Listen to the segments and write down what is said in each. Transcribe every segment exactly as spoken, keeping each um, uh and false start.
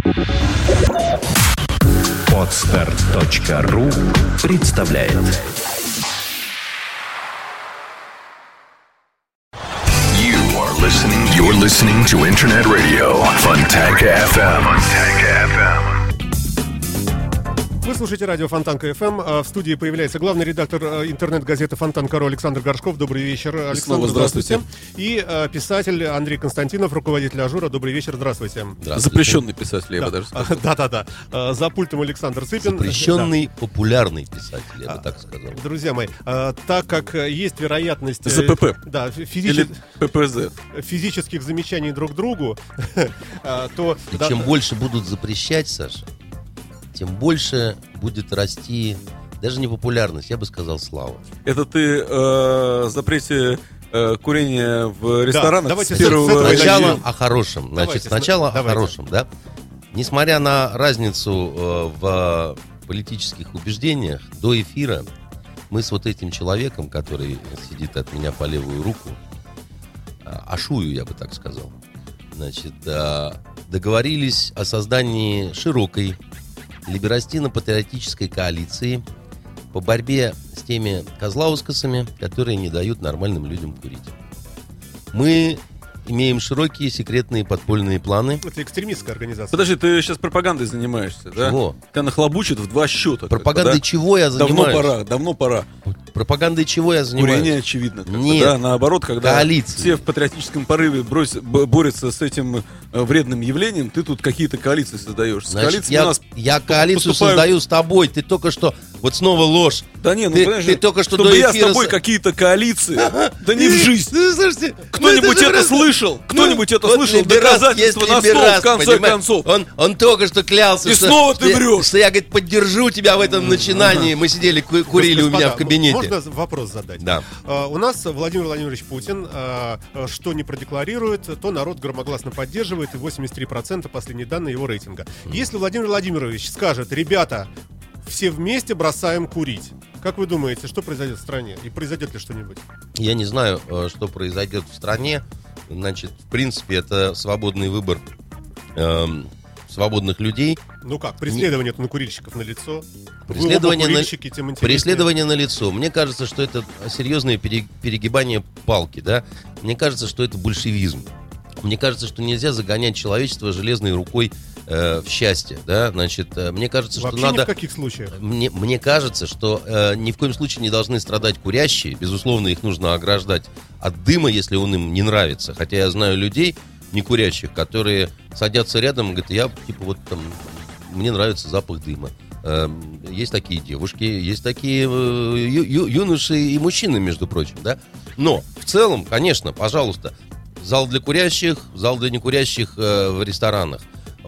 Подстер точка ру представляет. You are listening. You're listening to Internet Radio Fontanka эф эм. Fontanka эф эм. Вы слушаете радио Фонтанка эф эм. В студии появляется главный редактор интернет-газеты Фонтанка.ру Александр Горшков. Добрый вечер, Александр. Снова здравствуйте. И э, писатель Андрей Константинов, руководитель Ажура. Добрый вечер, здравствуйте. здравствуйте. Запрещенный писатель, я да. бы даже сказал. Да-да-да. Э, за пультом Александр Цыпин. Запрещенный, да. популярный писатель, я бы так сказал. Друзья мои, э, так как есть вероятность... Э, ЗПП. Да, физичес... Или ППЗ. Физических замечаний друг к другу, то... И да, чем больше будут запрещать, Саша, тем больше будет расти даже не популярность, я бы сказал, слава. Это ты э, запрете э, курения в ресторанах? давайте с первого... с этого Сначала начнем. о хорошем. Значит, Давайте, сначала давайте. о хорошем, да? Несмотря на разницу э, в политических убеждениях, до эфира мы с вот этим человеком, который сидит от меня по левую руку, э, Ашую, я бы так сказал, значит, э, договорились о создании широкой либерастино-патриотической коалиции по борьбе с теми козлаускасами, которые не дают нормальным людям курить. Мы имеем широкие секретные подпольные планы. Это экстремистская организация. Подожди, ты сейчас пропагандой занимаешься, да? Чего? Тебя нахлобучат в два счета. Пропагандой да? чего я занимаюсь? Давно пора, давно пора. Пропагандой чего я занимаюсь? Курение, очевидно. как-то, Нет. Да? Наоборот, когда Коалиции. все в патриотическом порыве брось, б- борются с этим э, вредным явлением, ты тут какие-то коалиции создаешь. С Значит, коалициями я, у нас я коалицию поступают- создаю с тобой. Ты только что... Вот снова ложь. Да не, ну ты, понимаешь, ты только что чтобы до я с эфира... тобой с- какие-то коалиции, да не в жизнь. Ну, слушайте, Кто-нибудь ну, же это раз- слышал? Кто-нибудь это вот слышал? либерас Доказательства есть на стол, либерас, в конце понимаешь? концов. Он, он только что клялся, И что, снова ты что- врешь. что я, говорит, поддержу тебя в этом начинании. Мы сидели, ку- курили у меня в Господа, кабинете. Можно вопрос задать? Да. А, у нас Владимир Владимирович Путин, а, что не продекларирует, то народ громогласно поддерживает, и восемьдесят три процента последние данные его рейтинга. Если Владимир Владимирович скажет: ребята, все вместе бросаем курить, как вы думаете, что произойдет в стране? И произойдет ли что-нибудь? Я не знаю, э, что произойдет в стране. Значит, в принципе, это свободный выбор эм, свободных людей. Ну как, преследование-то на курильщиков на лицо. Преследование, Вы оба на... курильщики, тем интереснее. Преследование на лицо. Мне кажется, что это серьезное пере- перегибание палки, да. Мне кажется, что это большевизм. Мне кажется, что нельзя загонять человечество железной рукой э, в счастье, да. Значит, э, мне кажется, Вообще что надо. ни в каких случаях. Мне, мне кажется, что э, ни в коем случае не должны страдать курящие. Безусловно, их нужно ограждать от дыма, если он им не нравится. Хотя я знаю людей, не курящих, которые садятся рядом и говорят: я, типа, вот там, мне нравится запах дыма. Э, есть такие девушки, есть такие э, ю- ю- юноши и мужчины, между прочим, да. Но в целом, конечно, пожалуйста, зал для курящих, зал для некурящих э, в ресторанах,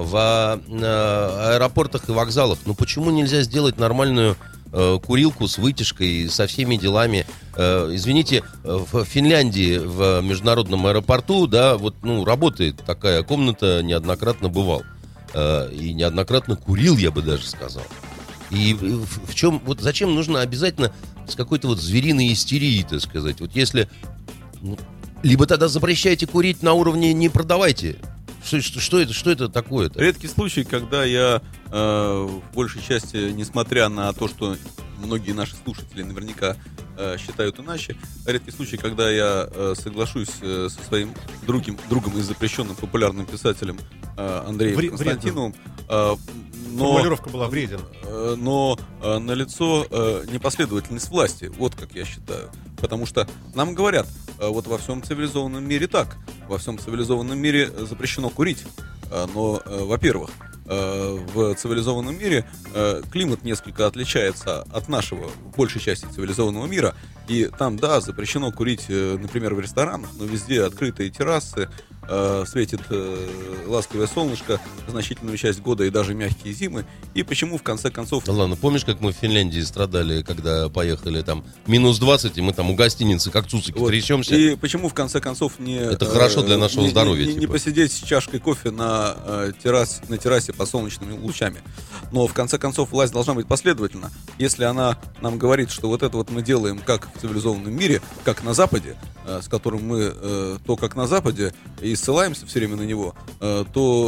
в э, аэропортах и вокзалах. Ну почему нельзя сделать нормальную э, курилку с вытяжкой, со всеми делами? Э, извините, в Финляндии в международном аэропорту, да, вот, ну, работает такая комната, неоднократно бывал. Э, и неоднократно курил, я бы даже сказал. И в, в чем, вот зачем нужно обязательно с какой-то вот звериной истерией, так сказать? Вот если... Ну, либо тогда запрещайте курить на уровне «не продавайте». Что, что, что, это, что это такое-то? Редкий случай, когда я э, в большей части, несмотря на то, что многие наши слушатели наверняка э, считают иначе, редкий случай, когда я э, соглашусь э, со своим другим, другом и запрещенным популярным писателем э, Андреем Вре- Константиновым. Э, но, Формулировка была вреден. э, но э, налицо э, непоследовательность власти. Вот как я считаю. Потому что нам говорят, э, вот во всем цивилизованном мире так. Во всем цивилизованном мире запрещено курить. Э, но, э, во-первых, э, в цивилизованном мире э, климат несколько отличается от нашего, в большей части цивилизованного мира. И там, да, запрещено курить, э, например, в ресторанах, но везде открытые террасы, э, светит э, ласковое солнышко значительную часть года и даже мягкие зимы. И почему, в конце концов... Да ладно, помнишь, как мы в Финляндии страдали, когда поехали там минус двадцать, и мы там у гостиницы как цуцики Вот. трясемся? И почему, в конце концов, не... Это хорошо для нашего не, здоровья, Не, не, не типа. посидеть с чашкой кофе на, э, террас, на террасе под солнечными лучами. Но, в конце концов, власть должна быть последовательна. Если она нам говорит, что вот это вот мы делаем как в цивилизованном мире, как на Западе, с которым мы э, то как на Западе и ссылаемся все время на него, э,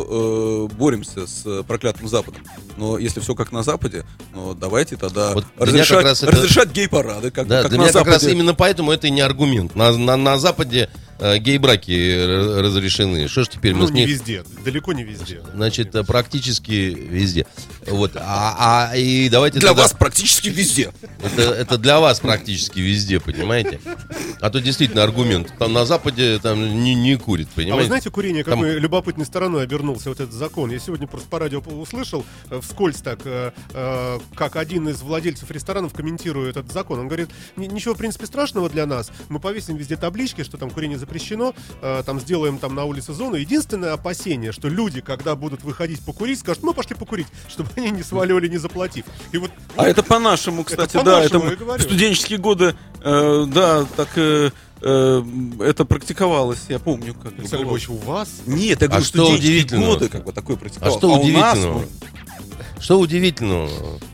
то э, боремся с проклятым Западом. Но если все как на Западе, ну, давайте тогда вот разрешать, раз это... разрешать гей-парады, как, да, как для на меня Западе. Как раз именно поэтому это и не аргумент. На, на, на Западе э, гей-браки разрешены. Что ж теперь ну, мы с не них... везде, далеко не везде. Значит, практически везде. Вот. А, а, и давайте для тогда... вас практически везде. Это, это для вас практически везде, понимаете? А то действительно аргумент. Там на Западе там не, не курит, понимаете? А вы знаете, курение, там... какой любопытной стороной обернулся вот этот закон? Я сегодня просто по радио услышал, э, вскользь так, э, э, как один из владельцев ресторанов комментирует этот закон. Он говорит, ничего, в принципе, страшного для нас. Мы повесим везде таблички, что там курение запрещено, э, там сделаем там на улице зону. Единственное опасение, что люди, когда будут выходить покурить, скажут, мы пошли покурить, чтобы они не сваливали, не заплатив. И вот, а вот, это по-нашему, кстати, это да, по-нашему, это в студенческие годы, э, да, так э, э, это практиковалось, я помню. Как Александр Львович, у вас? Нет, я говорю, а что студенческие годы как бы такое практиковалось. А что а удивительного? У нас, что удивительного?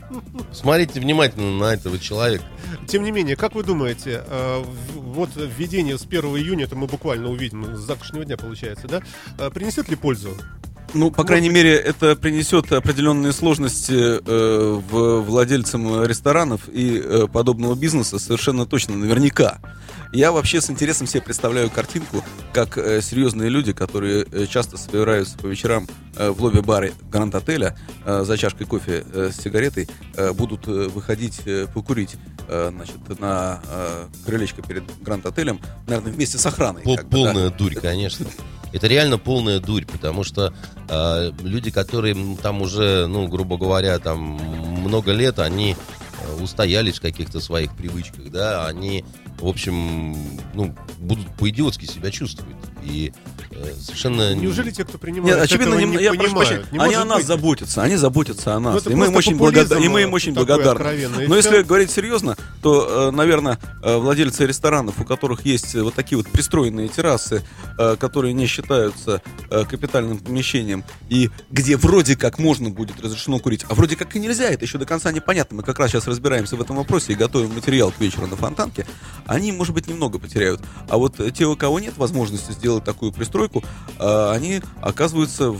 Смотрите внимательно на этого человека. Тем не менее, как вы думаете, э, вот введение с первого июня, это мы буквально увидим, с завтрашнего дня получается, да, э, принесет ли пользу? Ну, по крайней мере, это принесет определенные сложности э, в владельцам ресторанов и э, подобного бизнеса совершенно точно, наверняка. Я вообще с интересом себе представляю картинку, как э, серьезные люди, которые э, часто собираются по вечерам э, в лобби-баре Гранд-отеля э, за чашкой кофе э, с сигаретой, э, будут э, выходить э, покурить э, значит, на э, крылечко перед Гранд-отелем, наверное, вместе с охраной. Пол, как бы, полная да. дурь, конечно. Это реально полная дурь, потому что э, люди, которые там уже, ну, грубо говоря, там много лет, они э, устоялись в каких-то своих привычках, да, они, в общем, ну, будут по-идиотски себя чувствовать. И э, совершенно... Неужели те, кто принимает, Нет, очевидно, этого не, не я прошу понимают? прощения, они о нас быть. заботятся, они заботятся о нас, Ну, и мы им очень, благодар... и мы им очень благодарны. Но если говорить серьезно, то, наверное, владельцы ресторанов, у которых есть вот такие вот пристроенные террасы, которые не считаются капитальным помещением, и где вроде как можно будет разрешено курить, а вроде как и нельзя, это еще до конца непонятно, мы как раз сейчас разбираемся в этом вопросе и готовим материал к вечеру на Фонтанке, они, может быть, немного потеряют. А вот те, у кого нет возможности сделать такую пристройку, они оказываются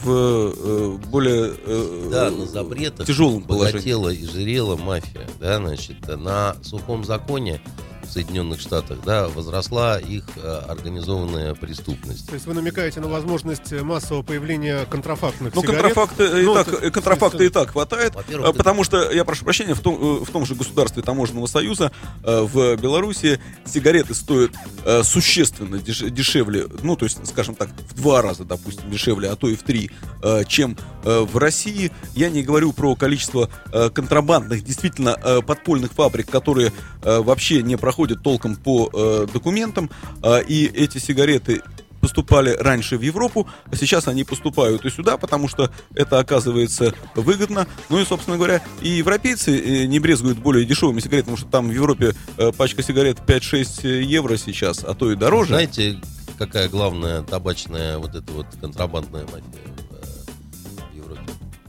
в более да, на запретах тяжелом положении. Богатела и жирела мафия, да, значит, на сухом законе в Соединенных Штатах, да, возросла их э, организованная преступность. То есть вы намекаете на возможность массового появления контрафактных ну, сигарет? Контрафакты, ну, и, так, это, контрафакта и так хватает, Во-первых, потому это... что, я прошу прощения, в том, в том же государстве Таможенного союза э, в Беларуси сигареты стоят э, существенно деш, дешевле, ну, то есть, скажем так, в два раза, допустим, дешевле, а то и в три, э, чем э, в России. Я не говорю про количество э, контрабандных, действительно э, подпольных фабрик, которые э, вообще не проходят толком по э, документам, э, и эти сигареты поступали раньше в Европу, а сейчас они поступают и сюда, потому что это оказывается выгодно. Ну и, собственно говоря, и европейцы не брезгуют более дешевыми сигаретами, потому что там в Европе э, пачка сигарет пять-шесть евро сейчас, а то и дороже. Знаете, какая главная табачная вот эта вот контрабандная мафия в, в Европе?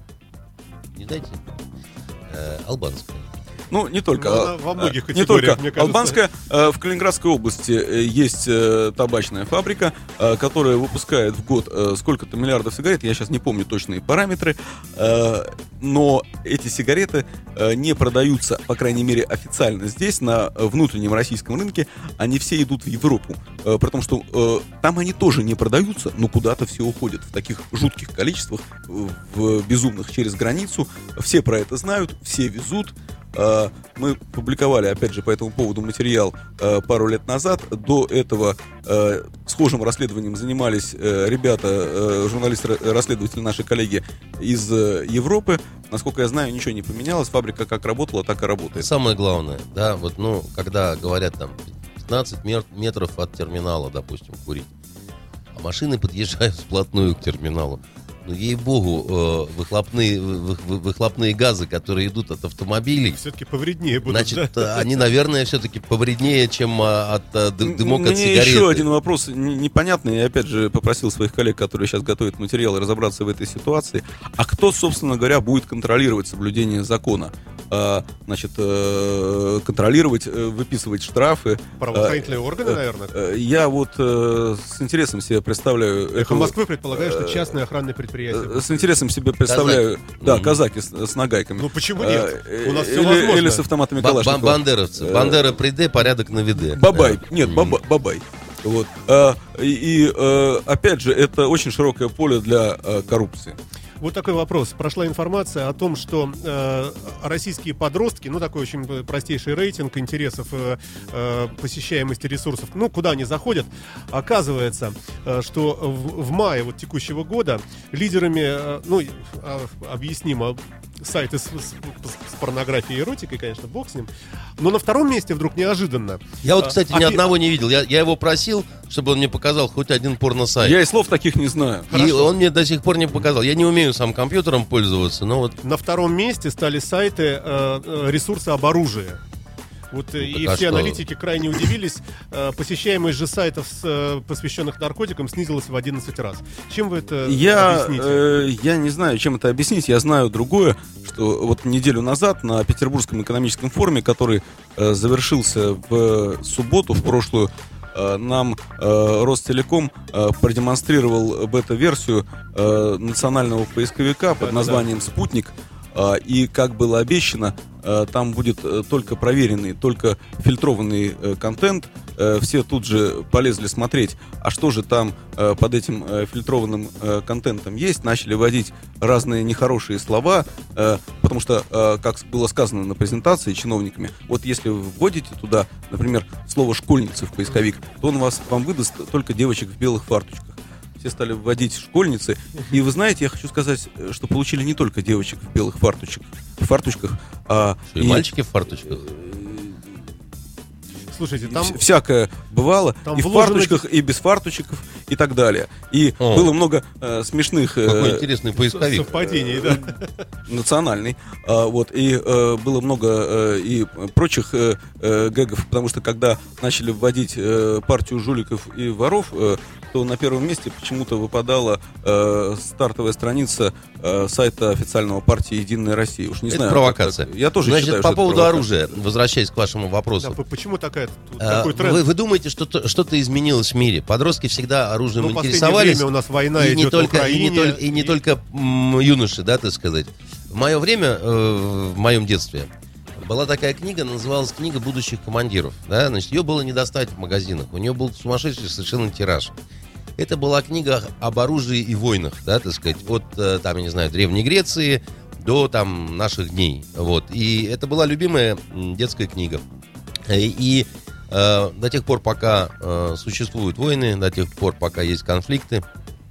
Не знаете? Э, албанская. Ну, не только, ну, во многих не только мне кажется. албанская. В Калининградской области есть табачная фабрика, которая выпускает в год сколько-то миллиардов сигарет. Я сейчас не помню точные параметры, но эти сигареты не продаются, по крайней мере, официально здесь, на внутреннем российском рынке. Они все идут в Европу. При том, что там они тоже не продаются, но куда-то все уходят в таких жутких количествах, в безумных, через границу. Все про это знают, все везут. Мы публиковали, опять же, по этому поводу материал пару лет назад. До этого схожим расследованием занимались ребята, журналисты-расследователи, наши коллеги из Европы. Насколько я знаю, ничего не поменялось. Фабрика как работала, так и работает. Самое главное, да, вот, ну, когда говорят там пятнадцать метров от терминала, допустим, курить, а машины подъезжают вплотную к терминалу. Ну, ей-богу, выхлопные, выхлопные газы, которые идут от автомобилей, все-таки повреднее будут. Значит, да? Они, наверное, все-таки повреднее, чем от дымок от Мне сигареты. еще один вопрос непонятный. Я опять же попросил своих коллег, которые сейчас готовят материалы, разобраться в этой ситуации. А кто, собственно говоря, будет контролировать соблюдение закона? э, значит, э, контролировать, э, выписывать штрафы. Правоохранительные органы, э, наверное. э, Я вот э, с интересом себе представляю... Эхо эту- Москвы предполагает, что частное охранное предприятие. э, С интересом себе представляю... Казаки. Да, Мгм. казаки с, с нагайками. Ну почему нет? Э, У нас э, все или- возможно. Или с автоматами Ба- ба- Калашникова. Бандеровцы. Э, Бандера приде, порядок на виде. Бабай. Да. Нет, М. баба- бабай. Вот. А, и, и, э, опять же, это очень широкое поле для э, коррупции. Вот такой вопрос. Прошла информация о том, что э, российские подростки, ну такой очень простейший рейтинг интересов, э, э, посещаемости ресурсов, ну куда они заходят, оказывается, э, что в, в мае вот текущего года лидерами, э, ну э, объяснимо, сайты с, с- с порнографией и эротикой, конечно, бог с ним, но на втором месте вдруг неожиданно. Я вот, э, кстати, ни опи- одного не видел. Я, я его просил, чтобы он мне показал хоть один порно-сайт. Я и слов таких не знаю. И Хорошо. он мне до сих пор не показал. Я не умею сам компьютером пользоваться, но вот На втором месте стали сайты э, э, ресурсы об оружии. Вот э, и а все что? аналитики крайне удивились. Э, посещаемость же сайтов, с, э, посвященных наркотикам, снизилась в одиннадцать раз. Чем вы это Я, объясните? э, я не знаю, чем это объяснить. Я знаю другое, что вот неделю назад на Петербургском экономическом форуме, который э, завершился в субботу, в прошлую, э, нам э, Ростелеком э, продемонстрировал бета-версию э, национального поисковика под Да-да-да. названием «Спутник». Э, и, как было обещано, э, там будет э, только проверенный, только фильтрованный э, контент. Э, все тут же полезли смотреть, а что же там э, под этим э, фильтрованным э, контентом есть. Начали вводить разные нехорошие слова, э, потому что, э, как было сказано на презентации чиновниками, вот если вы вводите туда, например, слово «школьница» в поисковик, то он вас, вам выдаст только девочек в белых фарточках. Все стали вводить школьницы. И вы знаете, я хочу сказать, что получили не только девочек в белых фарточках, фарточках, а и мальчики в фарточках. Слушайте, там вс- всякое бывало, там и в вложено фарточках, и без фарточков, и так далее. И О. было много э, смешных э, Какой интересный поисковик. совпадений, да. национальный, а, вот, и э, было много э, и прочих э, э, гэгов, потому что когда начали вводить э, партию жуликов и воров, э, то на первом месте почему-то выпадала э, стартовая страница э, сайта официального партии «Единая Россия». Уж не Это знаю. провокация. как- Я тоже Значит, считаю, по что это поводу провокация. оружия, возвращаясь к вашему Да, вопросу. п- почему такая, тут А, такой тренд? Вы, вы думаете, что то- что-то изменилось в мире? Подростки всегда оружием Ну, в последнее интересовались. время у нас война и не идет в только, и не, Украине, толь- и не и- только м, юноши, да, так сказать. В мое время, э, в моем детстве, была такая книга, называлась «Книга будущих командиров». Да? Значит, ее было не достать в магазинах. У нее был сумасшедший совершенно тираж. Это была книга об оружии и войнах, да, так сказать, от, э, там, я не знаю, Древней Греции до, там, наших дней. Вот. И это была любимая м, детская книга. Э, И э, до тех пор, пока э, существуют войны, до тех пор, пока есть конфликты,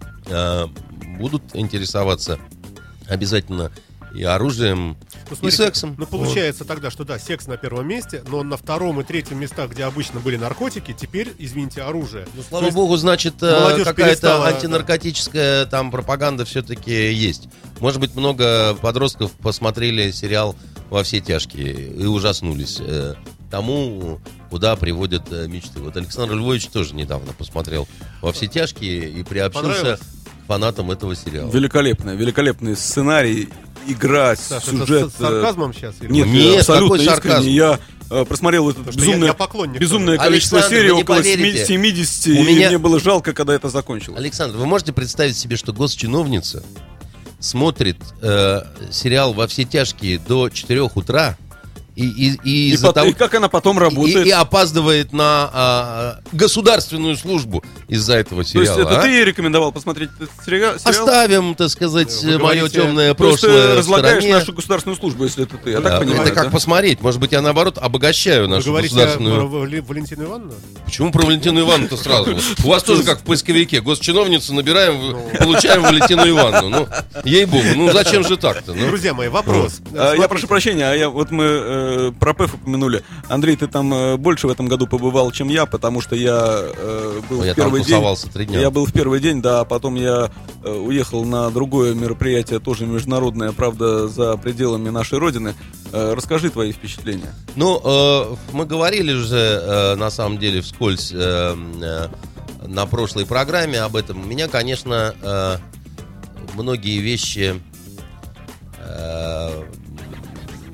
э, будут интересоваться обязательно и оружием, Ну, и смотрите, сексом. Ну, получается тогда, что да, секс на первом месте, но на втором и третьем местах, где обычно были наркотики, теперь, извините, оружие. Ну, То слава есть богу, значит, э, молодежь какая-то перестала, антинаркотическая там пропаганда все-таки есть. Может быть, много подростков посмотрели сериал «Во все тяжкие» и ужаснулись э, тому, куда приводят э, мечты. Вот Александр Львович тоже недавно посмотрел «Во все тяжкие» и приобщился Понравилось? к фанатам этого сериала. Великолепно, великолепный сценарий, игра, Саша, сюжет. это с, с сарказмом сейчас? или- Нет, Нет, абсолютно какой сарказм? искренне. Я э, просмотрел это Потому что я- безумное, я поклонник безумное тоже. количество Александр, серий, вы не около поверите. семидесяти, У и меня- мне было жалко, когда это закончилось. Александр, вы можете представить себе, что госчиновница смотрит э, сериал «Во все тяжкие» до четырех утра и, и, и И, из-за пот- того... и как она потом работает. И, и опаздывает на а, государственную службу из-за этого То есть сериала. это а? ты ей рекомендовал посмотреть этот сериал? сериал? Оставим, так сказать, Вы мое говорите, темное То есть ты прошлое в разлагаешь стороне. нашу государственную службу, если это ты. Я так А, понимаю, это как да? посмотреть? Может быть, я наоборот обогащаю Вы нашу говорите государственную... про Вали- Валентину Ивановну? Почему про Валентину Ивановну-то сразу? У вас тоже как в поисковике. Госчиновницу набираем, в- получаем Валентину Ивановну. Ну, ей-богу, ну зачем же так-то? Ну? Друзья мои, вопрос. А, Смотрите. Я прошу прощения, а я вот мы э, про ПЭФ упомянули. Андрей, ты там э, больше в этом году побывал, чем я, потому что я э, был Ой, я в там первый день. тусовался три дня. Я был в первый день, да, а потом я э, уехал на другое мероприятие, тоже международное, правда, за пределами нашей родины. Э, расскажи твои впечатления. Ну, э, мы говорили уже, э, на самом деле, вскользь э, э, на прошлой программе об этом. Меня, конечно, э, многие вещи э,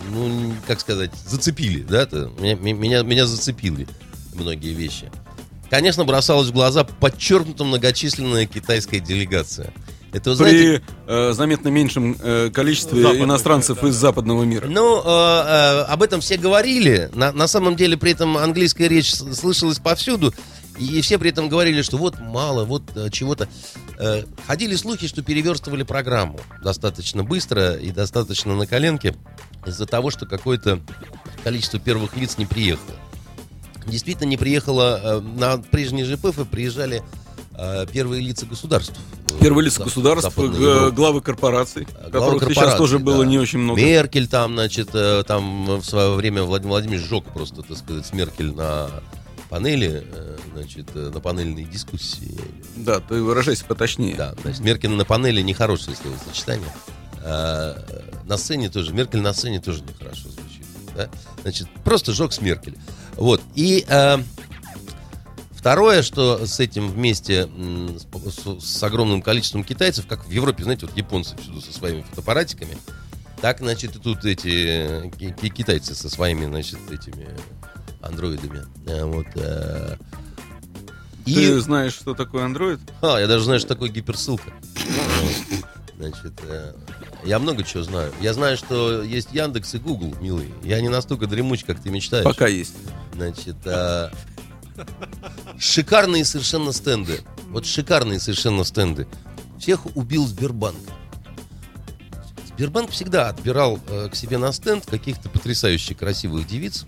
ну, как сказать, зацепили, да, это, меня, меня, меня зацепили многие вещи. Конечно, бросалась в глаза подчеркнуто многочисленная китайская делегация. Это, вы знаете, При э, заметно меньшем э, количестве Западных, иностранцев да, да. из западного мира. ну, э, э, об этом все говорили. На, на самом деле, при этом английская речь с- слышалась повсюду. И все при этом говорили, что вот мало, вот э, чего-то. Э, ходили слухи, что переверстывали программу достаточно быстро и достаточно на коленке из-за того, что какое-то количество первых лиц не приехало. Действительно, не приехало. э, На прежние ЖПФ приезжали э, первые лица государств. Первые лица За- государств, Западной г- Европы. главы корпораций, Главы которых сейчас корпораций, тоже было да. не очень много. Меркель там, значит, э, там в свое время Владимир Владимирович сжег просто, так сказать, с Меркель на панели, э, значит, э, на панельной дискуссии. Да, ты выражайся поточнее. Да, значит, Меркель на панели нехорошее словосочетание. А, на сцене тоже, Меркель на сцене тоже нехорошо звучит. Да? Значит, просто сжег с Меркель. Вот, и... э, Второе, что с этим вместе, м, с, с- с огромным количеством китайцев, как в Европе, знаете, вот японцы всюду со своими фотоаппаратиками, так, значит, и тут эти э, ки- ки- китайцы со своими, значит, этими андроидами. Э, Вот. э, И, Ты знаешь, что такое Android? а, я даже знаю, что такое гиперссылка. Вот. Значит, э, я много чего знаю. Я знаю, что есть Яндекс и Google, милый. Я не настолько дремуч, как ты мечтаешь. Пока есть. Значит, а, шикарные совершенно стенды. Вот шикарные совершенно стенды. Всех убил Сбербанк. Сбербанк всегда отбирал э, к себе на стенд каких-то потрясающе красивых девиц,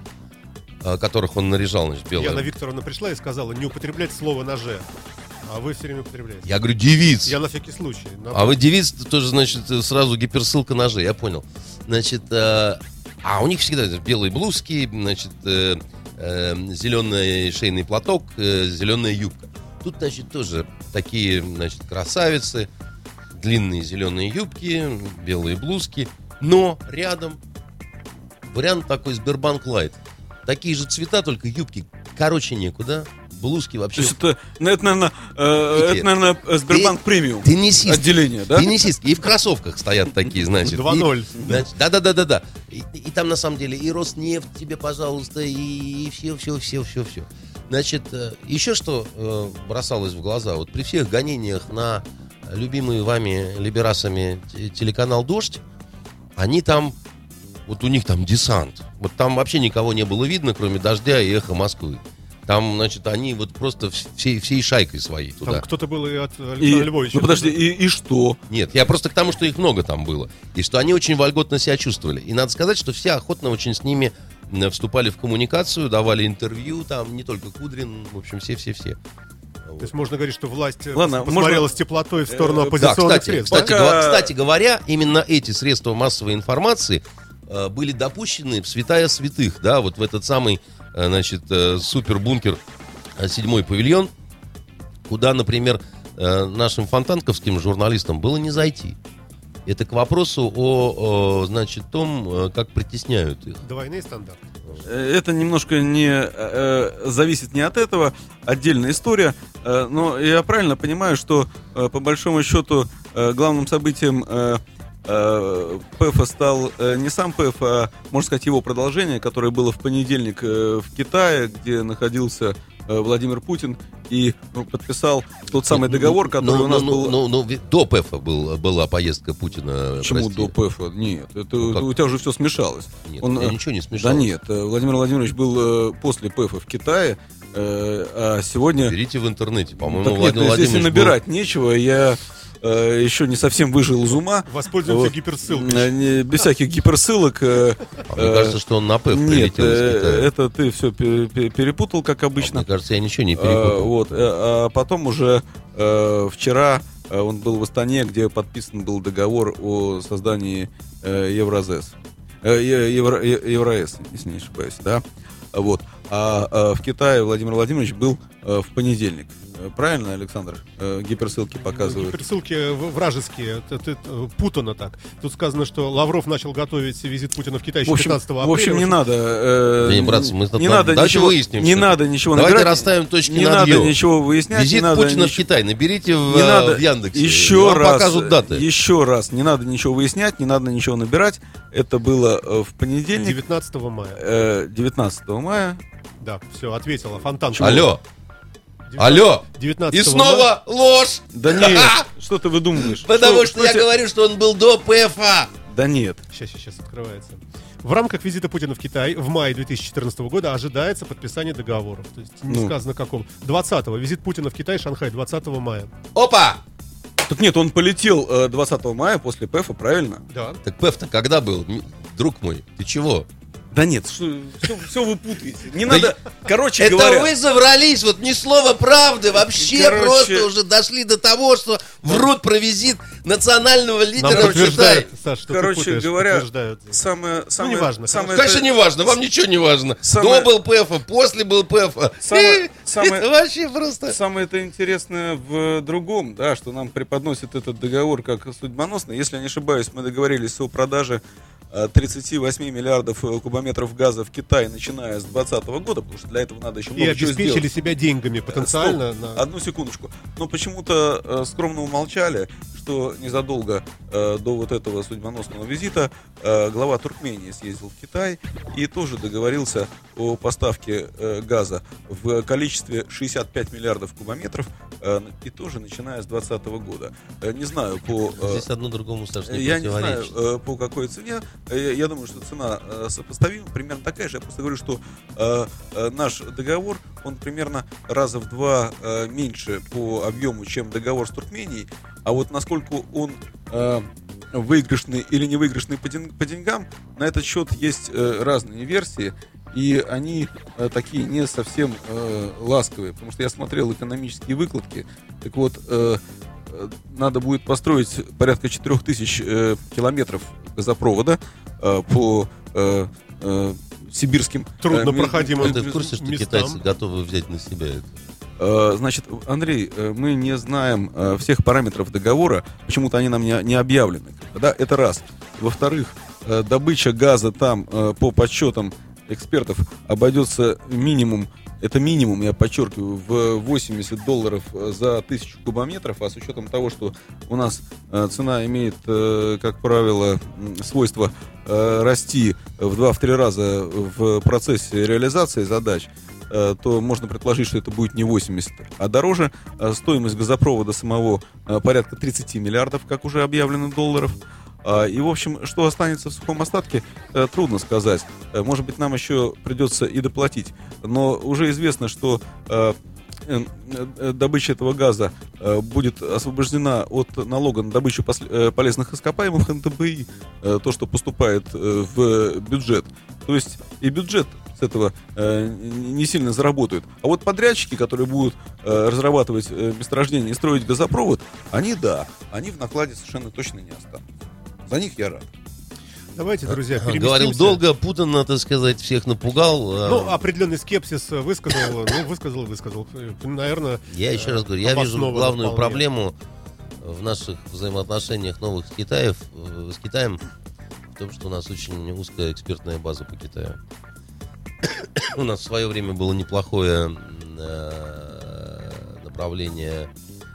э, которых он наряжал, значит, белое. Яна Викторовна пришла и сказала не употреблять слово «ноже». А вы все время употребляете. Я говорю, девиц. Я на всякий случай. на- А вы девиц, тоже, значит, сразу гиперссылка ножей, я понял. Значит, э, а у них всегда белые блузки, значит, э, э, зеленый шейный платок, э, зеленая юбка. Тут, значит, тоже такие, значит, красавицы, длинные зеленые юбки, белые блузки, но рядом вариант такой Сбербанк Лайт. Такие же цвета, только юбки короче некуда, блузки То вообще... есть это, ну, это, наверное, э, Видите, это, наверное, Сбербанк ты- премиум Теннисистки. отделение, да? Теннисистки. И в кроссовках стоят такие, значит. два ноль. Да-да-да-да-да. И, и там, на самом деле, и Роснефть тебе, пожалуйста, и все-все-все-все-все. Значит, э, еще что э, бросалось в глаза. Вот при всех гонениях на любимый вами либерасами те- телеканал «Дождь», они там, вот у них там десант. Вот там вообще никого не было видно, кроме «Дождя» и «Эхо Москвы». Там, значит, они вот просто всей, всей шайкой своей туда. Там кто-то был и от И, Александра Львовича. ну подожди, и, и что? Нет, я просто к тому, что их много там было. И что они очень вольготно себя чувствовали. И надо сказать, что все охотно очень с ними м, вступали в коммуникацию, давали интервью, там не только Кудрин, в общем, все-все-все. То есть можно говорить, что власть э, Ладно, посмотрела можно- с теплотой в сторону Э, Да, оппозиционных кстати, средств. кстати, Пока- гова- кстати говоря, именно эти средства массовой информации э, были допущены в святая святых, да, вот в этот самый, э, значит, э, супербункер э, седьмой павильон, куда, например, э, нашим фонтанковским журналистам было не зайти. Это к вопросу о, о, значит, том, э, как притесняют их. Двойные стандарты. Э, Это немножко не э, зависит не от этого, отдельная история. Э, но я правильно понимаю, что э, по большому счету э, главным событием э, э, ПЭФа стал э, не сам ПЭФ, а, можно сказать, его продолжение, которое было в понедельник э, в Китае, где находился э, Владимир Путин и ну, подписал тот самый договор, который ну, у нас ну, был... ну, ну, ви- до ПЭФа был, была поездка Путина. Почему прости. до ПЭФа? Нет, это Ну, как? у тебя уже все смешалось. Нет, Он, у меня э, ничего не Да смешалось. нет, э, Владимир Владимирович был э, после ПЭФа в Китае, э, а сегодня... Берите в интернете, по-моему, Так нет, Владимир здесь и Владимирович был- набирать нечего, я э, еще не совсем выжил из ума. Воспользуемся Вот. гиперссылкой. Э, не- без всяких гиперссылок. э, А мне э, кажется, что он на ПЭФ Нет, прилетел из э, Китая. это ты все перепутал, как А обычно. мне кажется, я ничего не А, перепутал. вот, э, а потом уже э, вчера э, он был в Астане, где подписан был договор о создании э, Евразес. Э, Е- Евро, Е- Евроэс, если не ошибаюсь, да. Вот. А, а в Китае Владимир Владимирович был э, в понедельник. Правильно, Александр? Э, гиперссылки показывают. Гиперссылки вражеские, это, это, путано так. Тут сказано, что Лавров начал готовить визит Путина в Китай еще пятнадцатого апреля. В общем, не надо... Э, не, братцы, мы не надо давайте ничего, выясним. Не надо ничего Давайте набирать. расставим точки не над надо «ё». ничего выяснять. Визит не Путина надо в Китай. Наберите в, не надо, в Яндексе. Еще Вам раз, покажут даты. Еще раз. Не надо ничего выяснять, не надо ничего набирать. Это было э, в понедельник. девятнадцатого мая. Э, девятнадцатого мая. Да, все, ответила. Фонтан. Алло. Алло. девятнадцатого И снова ложь. Да нет, что ты выдумываешь? Потому что, я тебе- говорю, что он был до ПФА. Да нет. Сейчас, сейчас, сейчас открывается. В рамках визита Путина в Китай в мае две тысячи четырнадцатого года ожидается подписание договоров. То есть не Ну. сказано каком. двадцатого. Визит Путина в Китай, Шанхай, двадцатого мая. Опа. Так нет, он полетел э, двадцатого мая после ПЭФа, правильно? Да. Так ПФ-то когда был? М, Друг мой, ты чего? Да нет, что, все, все вы путаете. Не надо, короче Это говоря... вы заврались, вот ни слова правды. Вообще Короче- просто уже дошли до того, что врут про визит национального Нам лидера в Китай. подтверждают, Саш, что Короче ты путаешь, говоря, подтверждают. Самое, самое, неважно, самое, Конечно, не важно, вам ничего не важно. Самое- До был ПФа, после был ПФа. Самое- самое- Это вообще просто... Самое это интересное в другом, да, что нам преподносит этот договор как судьбоносный. Если я не ошибаюсь, мы договорились о продаже э, тридцать восемь миллиардов э, кубометров газа в Китай, начиная с двадцатого года, потому что для этого надо еще И много чего обеспечили сделать. себя деньгами потенциально. Стоп, на- Одну секундочку. Но почему-то э, скромно умолчали, что незадолго э, до вот этого судьбоносного визита э, глава Туркмении съездил в Китай и тоже договорился о поставке э, газа в количестве шестьдесят пять миллиардов кубометров, э, и тоже начиная с двадцатого года. Э, не знаю по... э, Здесь одно другому, Саша, не я не знаю, противоречит. э, по какой цене. Э, Я думаю, что цена э, сопоставима, примерно такая же. Я просто говорю, что э, э, наш договор, он примерно раза в два э, меньше по объему, чем договор с Туркменией. А вот насколько он э, выигрышный или не выигрышный по, ден- по деньгам, на этот счет есть э, разные версии. И они э, такие не совсем э, ласковые. Потому что я смотрел экономические выкладки. Так вот, э, э, надо будет построить порядка четырех тысяч э, километров газопровода э, по э, э, сибирским... Трудно э, ме- проходимым. А ты в курсе, что местам. китайцы готовы взять на себя это? Э, Значит, Андрей, э, мы не знаем э, всех параметров договора, почему-то они нам не, не объявлены. Да, это раз. Во-вторых, э, добыча газа там э, по подсчетам экспертов обойдется минимум, это минимум, я подчеркиваю, в восемьдесят долларов за тысячу кубометров, а с учетом того, что у нас э, цена имеет, э, как правило, м, свойство э, расти в два-три раза в процессе реализации задач, э, то можно предположить, что это будет не восемьдесят, а дороже. Э, Стоимость газопровода самого э, порядка тридцать миллиардов, как уже объявлено, долларов. А, И, в общем, что останется в сухом остатке, э, трудно сказать. Э, Может быть, нам еще придется и доплатить. Но уже известно, что э, э, э, добыча этого газа э, будет освобождена от налога на добычу пос- э, полезных ископаемых эн тэ бэ и, э, то, что поступает э, в бюджет. То есть и бюджет с этого э, не сильно заработают. А вот подрядчики, которые будут э, разрабатывать э, месторождение и строить газопровод, они, да, они в накладе совершенно точно не останутся. За них я рад. Давайте, друзья, Говорил переместимся. долго, путанно, так сказать, всех напугал. Ну, определенный скепсис высказал, ну, высказал, высказал. Наверное, Я еще раз говорю, я вижу обоснованно главную вполне. проблему в наших взаимоотношениях новых с, Китаев, э, с Китаем в том, что у нас очень узкая экспертная база по Китаю. У нас в свое время было неплохое э, направление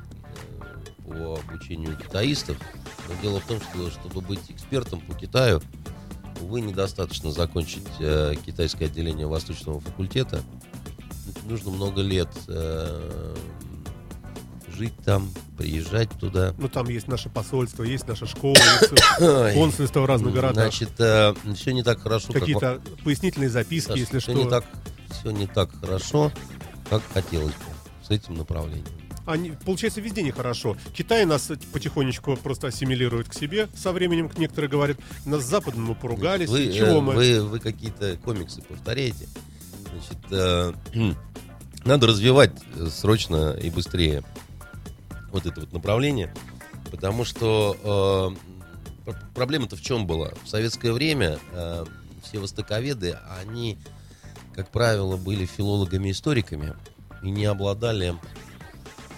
э, по обучению китаистов. Но дело в том, что чтобы быть экспертом по Китаю, увы, недостаточно закончить э, китайское отделение Восточного факультета. Нужно много лет э, жить там, приезжать туда. ну, там есть наше посольство, есть наша школа, есть консульство в разных городах. Значит, э, все не так хорошо, как... Какие-то пояснительные записки, Саш, если все что. не так, все не так хорошо, как хотелось бы с этим направлением. Они, получается, везде нехорошо. Китай нас потихонечку просто ассимилирует к себе. Со временем, некоторые говорят, нас с Западом мы поругались. Вы, Чего э, мы? вы, вы какие-то комиксы повторяете. Значит, э, надо развивать э, срочно и быстрее вот это вот направление, потому что э, пр- проблема-то в чем была? В советское время э, все востоковеды, они, как правило, были филологами-историками и не обладали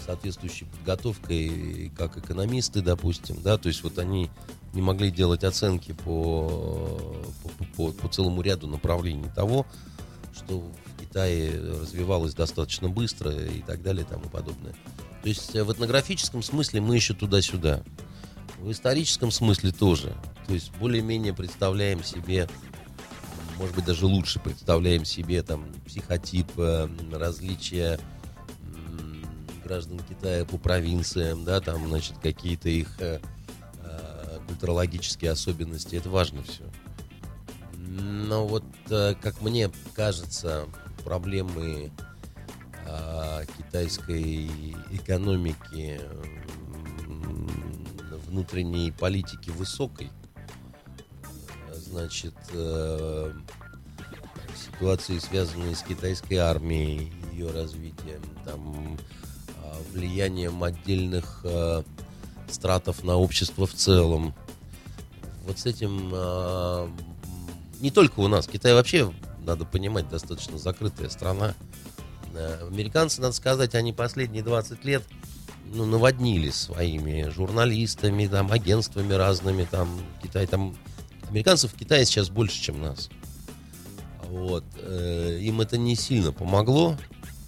соответствующей подготовкой, как экономисты, допустим, да, то есть вот они не могли делать оценки по, по, по, по целому ряду направлений того, что в Китае развивалось достаточно быстро и так далее и тому подобное. То есть в этнографическом смысле мы еще туда-сюда. В историческом смысле тоже. То есть более-менее представляем себе, может быть, даже лучше представляем себе там психотип, различия граждан Китая по провинциям, да, там, значит, какие-то их э, культурологические особенности. Это важно все. Но вот, э, как мне кажется, проблемы э, китайской экономики, внутренней политики высокой, значит, э, ситуации, связанные с китайской армией, ее развитием, там, влиянием отдельных э, стратов на общество в целом. Вот с этим э, не только у нас. Китай вообще, надо понимать, достаточно закрытая страна. Э, американцы, надо сказать, они последние двадцать лет ну, наводнили своими журналистами, там, агентствами разными. Там, Китай, там, американцев в Китае сейчас больше, чем нас. Вот. Э, им это не сильно помогло.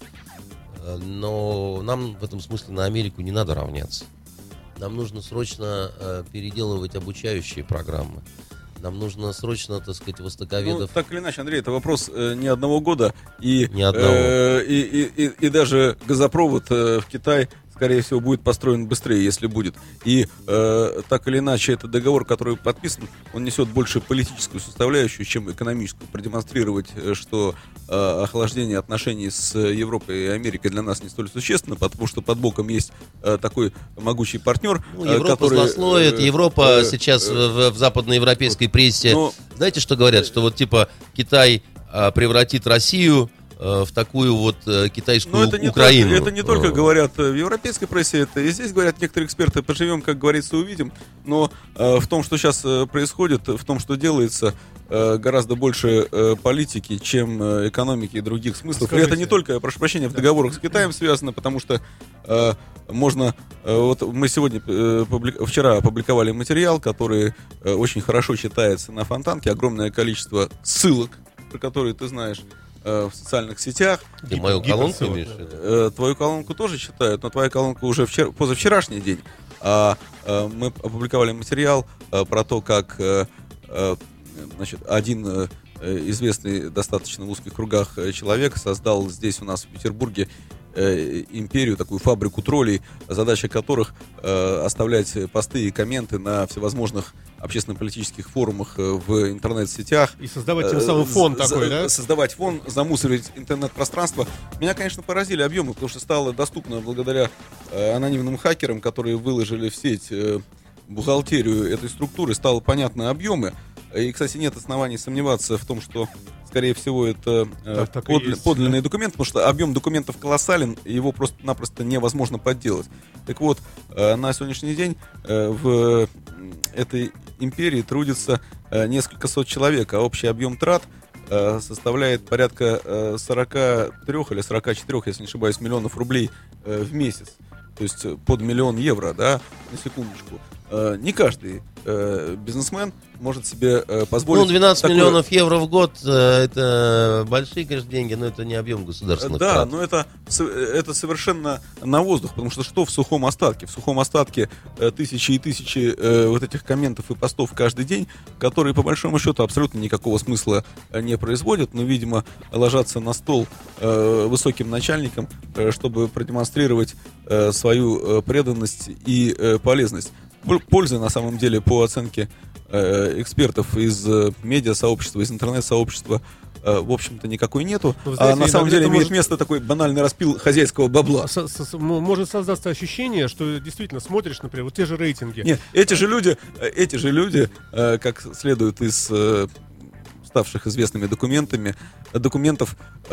Но нам в этом смысле на Америку не надо равняться. Нам нужно срочно э, переделывать обучающие программы. Нам нужно срочно, так сказать, востоковедов... Ну, так или иначе, Андрей, это вопрос э, не одного года. И, не одного. Э, и, и, и, и даже газопровод э, в Китай, скорее всего, будет построен быстрее, если будет. И э, так или иначе, этот договор, который подписан, он несет больше политическую составляющую, чем экономическую. Продемонстрировать, что э, охлаждение отношений с Европой и Америкой для нас не столь существенно, потому что под боком есть э, такой могучий партнер. Ну, Европа который, злословит, э, Европа э, сейчас э, в, в западноевропейской прессе. Но, знаете, что говорят? Что вот типа Китай э, превратит Россию в такую вот э, китайскую Но это не Украину. Только, это не только говорят в европейской прессе, это и здесь говорят некоторые эксперты. Поживем, как говорится, увидим. Но э, в том, что сейчас э, происходит, в том, что делается, э, гораздо больше э, политики, чем э, экономики и других смыслов. Скажите. И это не только, прошу прощения, в договорах с Китаем связано, потому что э, можно... Э, вот мы сегодня, э, публи... вчера опубликовали материал, который э, очень хорошо читается на Фонтанке. Огромное количество ссылок, про которые ты знаешь, в социальных сетях. Ты мою колонку имеешь? Э, твою колонку тоже читают, но твоя колонка уже вчера, позавчерашний день. А, а, мы опубликовали материал а, про то, как а, а, значит, один а, известный достаточно в узких кругах человек создал здесь у нас в Петербурге э, империю, такую фабрику троллей, задача которых э, оставлять посты и комменты на всевозможных общественно-политических форумах в интернет-сетях. И создавать тем самым фон За- такой, да? Создавать фон, замусорить интернет-пространство. Меня, конечно, поразили объемы, потому что стало доступно благодаря э, анонимным хакерам, которые выложили в сеть э, бухгалтерию этой структуры, стало понятно объемы. И, кстати, нет оснований сомневаться в том, что, скорее всего, это э, Так, так и подля- есть, подлинные документы, потому что объем документов колоссален, и его просто-напросто невозможно подделать. Так вот, э, на сегодняшний день э, в этой империи трудится э, несколько сот человек, а общий объем трат э, составляет порядка э, сорок три или сорок четыре, если не ошибаюсь, миллионов рублей э, в месяц. То есть под миллион евро, да, на секундочку. Э, не каждый э, бизнесмен может себе э, позволить... Ну, двенадцать такое... миллионов евро в год, э, это большие, конечно, деньги, но это не объем государственных Да, трат. но это, с- это совершенно на воздух, потому что что в сухом остатке? В сухом остатке э, тысячи и тысячи э, вот этих комментов и постов каждый день, которые, по большому счету, абсолютно никакого смысла э, не производят, но, видимо, ложатся на стол э, высоким начальникам, э, чтобы продемонстрировать э, свою э, преданность и э, полезность. Пол- Пользы, на самом деле, по оценке э, экспертов из э, медиа-сообщества, из интернет-сообщества, э, в общем-то, никакой нету. Ну, знаете, а на самом иногда деле это имеет может- место такой банальный распил хозяйского бабла. Со- со- м- может создаться ощущение, что действительно смотришь, например, вот те же рейтинги. Нет, эти же люди, э, эти же люди, э, как следует из э, ставших известными документами, документов, э,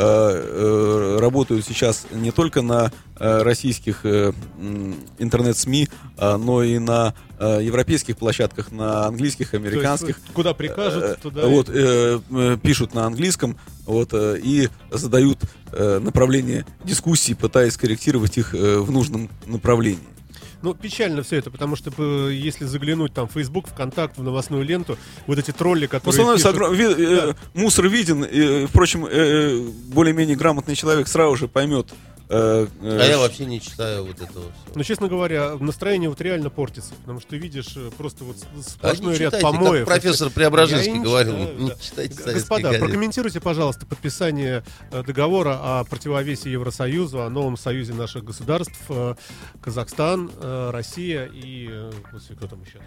э, работают сейчас не только на э, российских э, м, интернет-СМИ, а, но и на э, европейских площадках, на английских, То есть, американских. вот куда прикажут, Э, туда... и- Вот, э, э, пишут на английском. вот, э, и задают э, направление дискуссии, пытаясь скорректировать их э, в нужном направлении. Ну, печально все это, потому что э, если заглянуть там в Facebook, ВКонтакт, в новостную ленту, вот эти тролли, В которые основном пишут... огром- ви- э, мусор виден, и, впрочем, э, более-менее грамотный человек сразу же поймет. э, э, А я вообще не читаю вот этого всего. Ну, честно говоря, настроение вот реально портится, потому что ты видишь э, просто вот с- сплошной А не ряд читайте, помоев. как профессор Я Преображенский и не говорил, читаю, не да. читайте Г- советские Господа, газеты. прокомментируйте, пожалуйста, подписание э, договора о противовесе Евросоюзу, о новом союзе наших государств, э, Казахстан, э, Россия и... э, господи, кто там еще?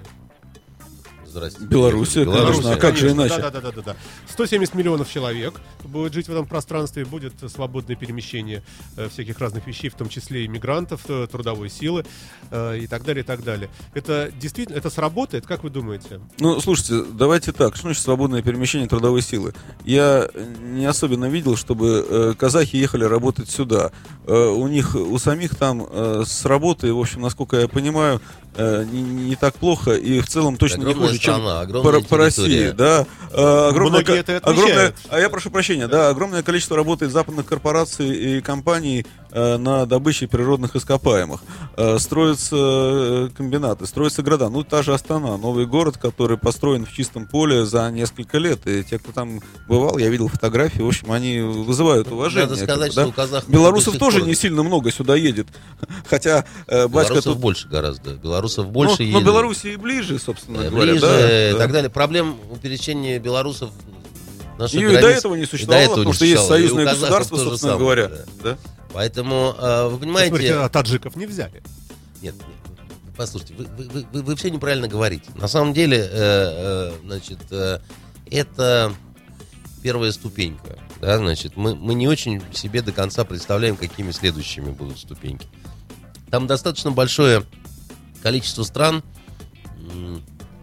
Здрасте. Белоруссия, конечно, а как же Конечно, иначе? Да, да, да, да, да. сто семьдесят миллионов человек будет жить в этом пространстве, будет свободное перемещение э, всяких разных вещей, в том числе и мигрантов, э, трудовой силы э, и так далее, и так далее. Это действительно, это сработает, как вы думаете? Ну, слушайте, давайте так. Что значит свободное перемещение трудовой силы? Я не особенно видел, чтобы э, казахи ехали работать сюда. Э, у них, у самих там э, с работой, в общем, насколько я понимаю, э, не, не так плохо и в целом точно не Огромная хуже, страна, чем огромная по, по России. территория. Да. Э, огромное, Многие ко- это отмечают. огромное, а я прошу прощения, да, огромное количество работает западных корпораций и компаний э, на добыче природных ископаемых. Э, строятся э, комбинаты, строятся города. Ну, та же Астана, новый город, который построен в чистом поле за несколько лет. И те, кто там бывал, я видел фотографии, в общем, они вызывают уважение. Надо сказать, как бы, да. что у казахов Белорусов до сих тоже пор- не сильно много сюда едет. Хотя э, батька Белорусов тут... больше гораздо. Белорусов Ну, больше но едет. Белоруссии ближе, собственно Э, говоря. ближе да, и да. так далее. Проблем у пересечения белорусов наших И границ до этого не и существовало, до этого потому не что есть существовало. И у союзное казахов государство, то же собственно самое, говоря. да. Да. Поэтому, э, вы понимаете... Смотрите, а таджиков не взяли. Нет, нет, послушайте, вы, вы, вы, вы все неправильно говорите. На самом деле, э, э, значит, э, это первая ступенька. Да, значит, мы, мы не очень себе до конца представляем, какими следующими будут ступеньки. Там достаточно большое количество стран м,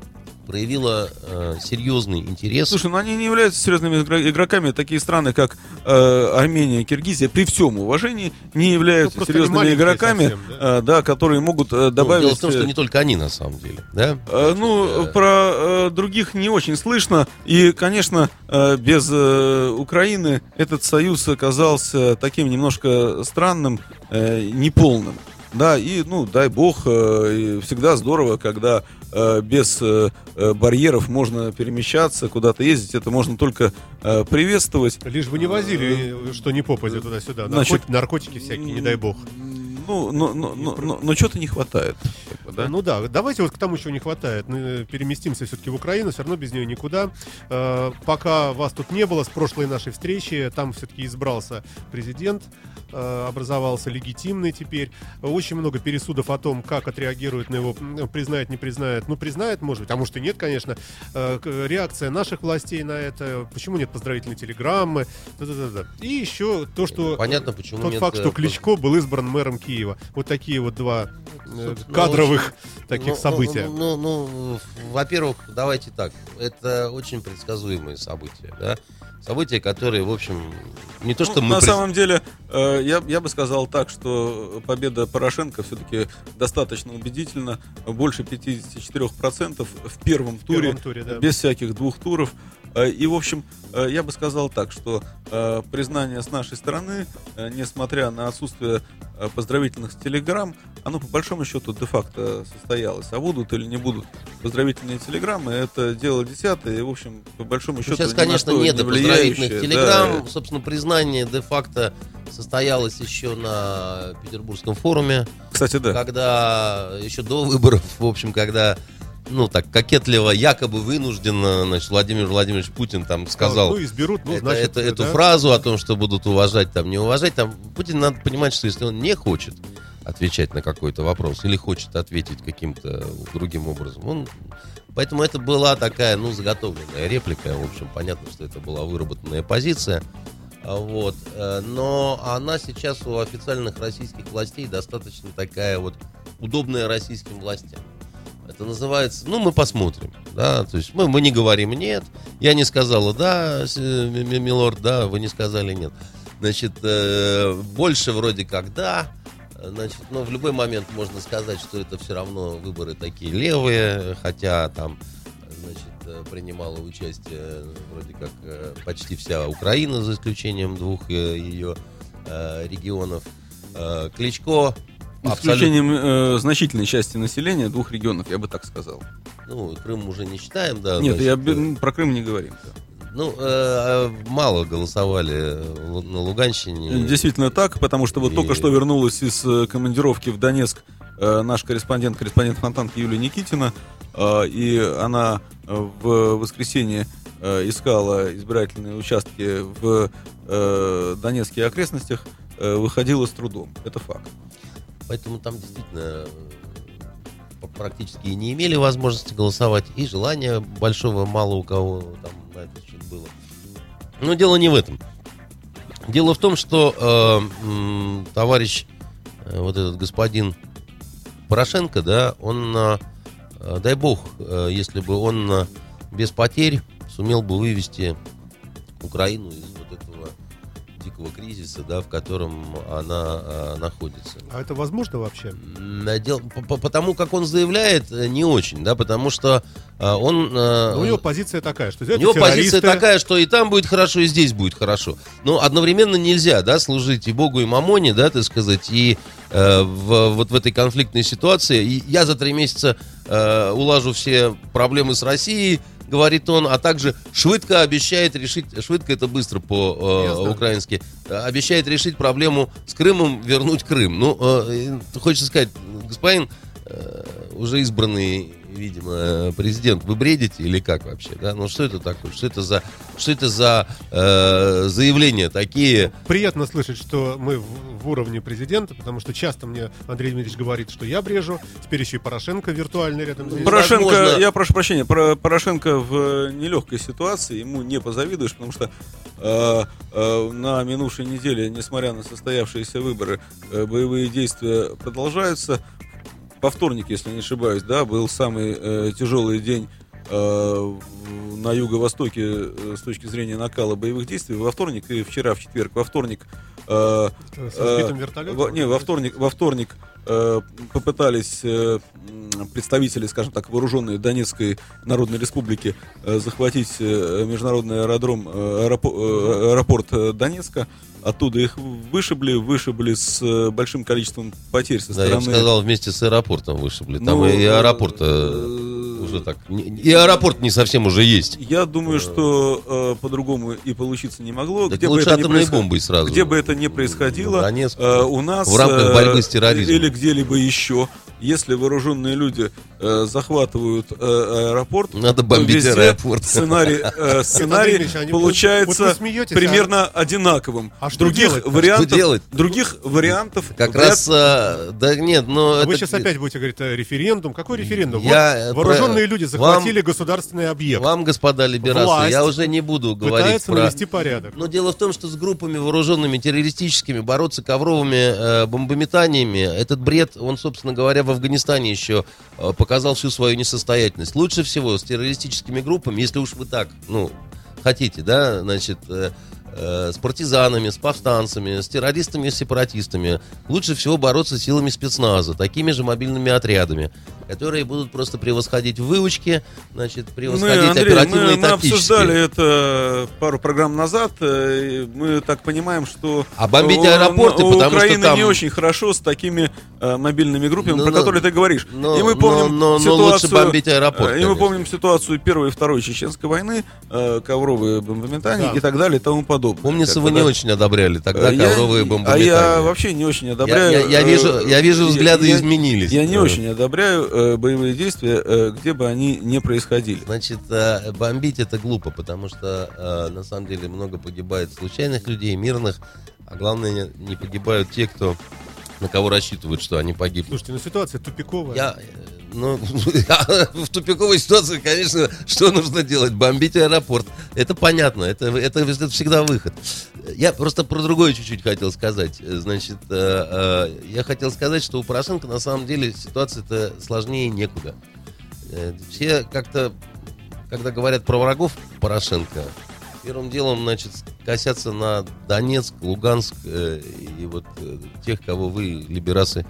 проявило э, серьезный интерес. Слушай, ну они не являются серьезными игро- игроками. Такие страны, как э, Армения, Киргизия, при всем уважении, не являются Ну, просто они серьезными маленькие игроками, совсем, да? э, да, которые могут э, Ну, добавить... дело в том, что э, не только они, на самом деле. Да? э, ну, Значит, э, про э, других не очень слышно. И, конечно, э, без э, Украины этот союз оказался таким немножко странным, э, неполным. Да, и, ну, дай бог, э, и всегда здорово, когда э, без э, э, барьеров можно перемещаться, куда-то ездить, это можно только э, приветствовать. Лишь бы не возили, что не попадет туда-сюда. Значит, Наркот- наркотики всякие, не дай бог. Ну, но, но, но, но, но чего-то не хватает. как бы, да? Ну да, давайте вот к тому, чего не хватает. Мы переместимся все-таки в Украину, все равно без нее никуда. Э, пока вас тут не было, с прошлой нашей встречи, там все-таки избрался президент, э, образовался легитимный теперь. Очень много пересудов о том, как отреагирует на его, м, признает, не признает. Ну, признает, может быть, а может и нет, конечно. Э, к- реакция наших властей на это, почему нет поздравительной телеграммы, да-да-да. И еще то, что... Понятно, почему Тот нет, факт, что э, Кличко был избран мэром Киева. Вот такие вот два э, Собственно, кадровых таких Ну, события. Ну, ну, ну, во-первых, давайте так. Это очень предсказуемые события, да? События, которые, в общем, не то, что Ну, мы... на пред- самом деле, э, я, я бы сказал так, что победа Порошенко все-таки достаточно убедительна. Больше пятьдесят четыре процента в первом В туре, первом туре, да. без всяких двух туров. Э, И, в общем, э, я бы сказал так, что э, признание с нашей стороны, э, несмотря на отсутствие э, поздравительных телеграмм, оно по большому счету де-факто состоялось. А будут или не будут поздравительные телеграммы, это дело десятое. И, в общем, по большому счету, Сейчас, ни на конечно, что нет не поздравительных влияющее, телеграмм. да. Собственно, признание де-факто состоялось еще на Петербургском форуме, Кстати, да. когда еще до выборов, в общем, когда, ну, так кокетливо, якобы вынужденно, значит, Владимир Владимирович Путин там сказал... Ну, изберут, ну, это- значит, это- эту да. фразу о том, что будут уважать, там, не уважать, там, Путин, надо понимать, что если он не хочет отвечать на какой-то вопрос или хочет ответить каким-то другим образом, он... Поэтому это была такая, ну, заготовленная реплика, в общем, понятно, что это была выработанная позиция, а, вот, э, но она сейчас у официальных российских властей достаточно такая вот удобная российским властям. Это называется, ну, мы посмотрим, да, то есть мы, мы не говорим нет, я не сказала да, с- э, м- м- милорд, да, вы не сказали нет. Значит, э, больше вроде как да, значит, но в любой момент можно сказать, что это все равно выборы такие левые, хотя там, значит, э, принимала участие вроде как э, почти вся Украина, за исключением двух э, ее э, регионов. Э, Кличко... Исключением э, значительной части населения двух регионов, я бы так сказал. Ну, Крым уже не считаем, да. Нет, значит, я б- про Крым не говорим. Да. Ну, э, мало голосовали на Луганщине. Действительно так, потому что вот И... только что вернулась из э, командировки в Донецк э, наш корреспондент, корреспондент Фонтанки Юлия Никитина, э, и она в воскресенье э, искала избирательные участки в э, Донецке и окрестностях, э, выходила с трудом. Это факт. Поэтому там действительно практически и не имели возможности голосовать, и желания большого мало у кого там на этот счет было. Но дело не в этом. Дело в том, что э, м, товарищ, э, вот этот господин Порошенко, да, он, э, дай бог, э, если бы он э, без потерь сумел бы вывести Украину из вот этого дикого кризиса, да, в котором она э, находится. А это возможно вообще? Дел, по, потому как он заявляет, не очень, да, потому что э, он... Э, у него позиция такая, что у него террористы. позиция такая, что и там будет хорошо, и здесь будет хорошо. Но одновременно нельзя, да, служить и Богу, и Мамоне, да, так сказать, и э, в, вот в этой конфликтной ситуации. И я за три месяца э, улажу все проблемы с Россией, говорит он, а также швидко обещает решить, швидко это быстро по-украински, э, обещает решить проблему с Крымом, вернуть Крым. Ну, э, хочется сказать, господин э, уже избранный, видимо, президент, вы бредите или как вообще, да? Ну, что это такое? Что это за, что это за э, заявления такие? Приятно слышать, что мы в, в уровне президента, потому что часто мне Андрей Дмитриевич говорит, что я брежу, теперь еще и Порошенко виртуально рядом. Ну, Порошенко, возможно... я прошу прощения, Про, Порошенко в нелегкой ситуации, ему не позавидуешь, потому что э, э, на минувшей неделе, несмотря на состоявшиеся выборы, э, боевые действия продолжаются. Во вторник, если не ошибаюсь, да, был самый э, тяжелый день э, на юго-востоке э, с точки зрения накала боевых действий. Во вторник и вчера, в четверг, во вторник... Э, Со сбитым вертолетом? Во, не, во вторник, во вторник э, попытались э, представители, скажем так, вооруженные Донецкой Народной Республики э, захватить э, международный аэродром, э, аэропо, э, аэропорт Донецка. Оттуда их вышибли, вышибли с большим количеством потерь со стороны... Да, я бы сказал, вместе с аэропортом вышибли. Там ну, и аэропорт э, уже так... И аэропорт не совсем уже есть. Я думаю, что э, по-другому и получиться не могло. Так где лучше бы это атомной происход... бомбой сразу. Где бы это ни происходило, Донецк, э, у нас... в рамках борьбы с терроризмом. Или где-либо еще, если вооруженные люди э, захватывают э, аэропорт... Надо бомбить везде аэропорт. Сценарий, э, сценарий Ильич, они- получается вот вы смеетесь, примерно а- одинаковым. А что других делать-то? вариантов, Что делать? других вариантов Как вряд- раз... э, да нет, но... А это... вы сейчас опять будете говорить э, референдум. Какой референдум? Я, Вот вооруженные про- люди вам- захватили государственный объект. Вам, господа либерасы, Власть я уже не буду говорить Пытается про... навести порядок. Но дело в том, что с группами вооруженными, террористическими, бороться ковровыми э, бомбометаниями, этот бред, он, собственно говоря, в Афганистане еще э, показал всю свою несостоятельность. Лучше всего с террористическими группами, если уж вы так, ну, хотите, да, значит... Э, с партизанами, с повстанцами, с террористами и сепаратистами. Лучше всего бороться силами спецназа, такими же мобильными отрядами, которые будут просто превосходить в выучке, значит, превосходить мы, Андрей, оперативно мы, и мы тактически. обсуждали это пару программ назад. и Мы так понимаем, что А бомбить у- аэропорты, у потому что Украины там- не очень хорошо с такими э, мобильными группами, Ну, про но- которые ты говоришь. но- и мы помним но- но- но ситуацию, лучше бомбить аэропорт, э, И мы конечно. помним ситуацию Первой и Второй Чеченской войны, э, ковровые бомбометания Да. и так далее и тому подобное. Помнится, Как вы бы, не да. очень одобряли тогда Я- ковровые А бомбометания. я вообще не очень одобряю. Я- я- я э, вижу- я вижу, взгляды я- изменились. Я не Да. очень одобряю э, боевые действия, э, где бы они не происходили. Значит, э, бомбить это глупо, потому что э, на самом деле много погибает случайных людей, мирных, а главное, не погибают те, кто на кого рассчитывают, что они погибнут. Слушайте, ну ситуация тупиковая. Я, э, ну, в тупиковой ситуации, конечно, что нужно делать? Бомбить аэропорт. Это понятно, это, это, это всегда выход. Я просто про другое чуть-чуть хотел сказать. Значит, э, э, я хотел сказать, что у Порошенко на самом деле ситуация-то сложнее некуда. Э, все как-то, когда говорят про врагов Порошенко, первым делом, значит, косятся на Донецк, Луганск э, и вот э, тех, кого вы, либерасы,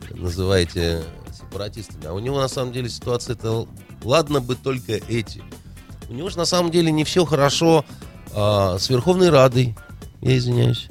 называете сепаратистами. А у него на самом деле ситуация-то, ладно бы только эти. У него же на самом деле не все хорошо а, с Верховной Радой, я извиняюсь.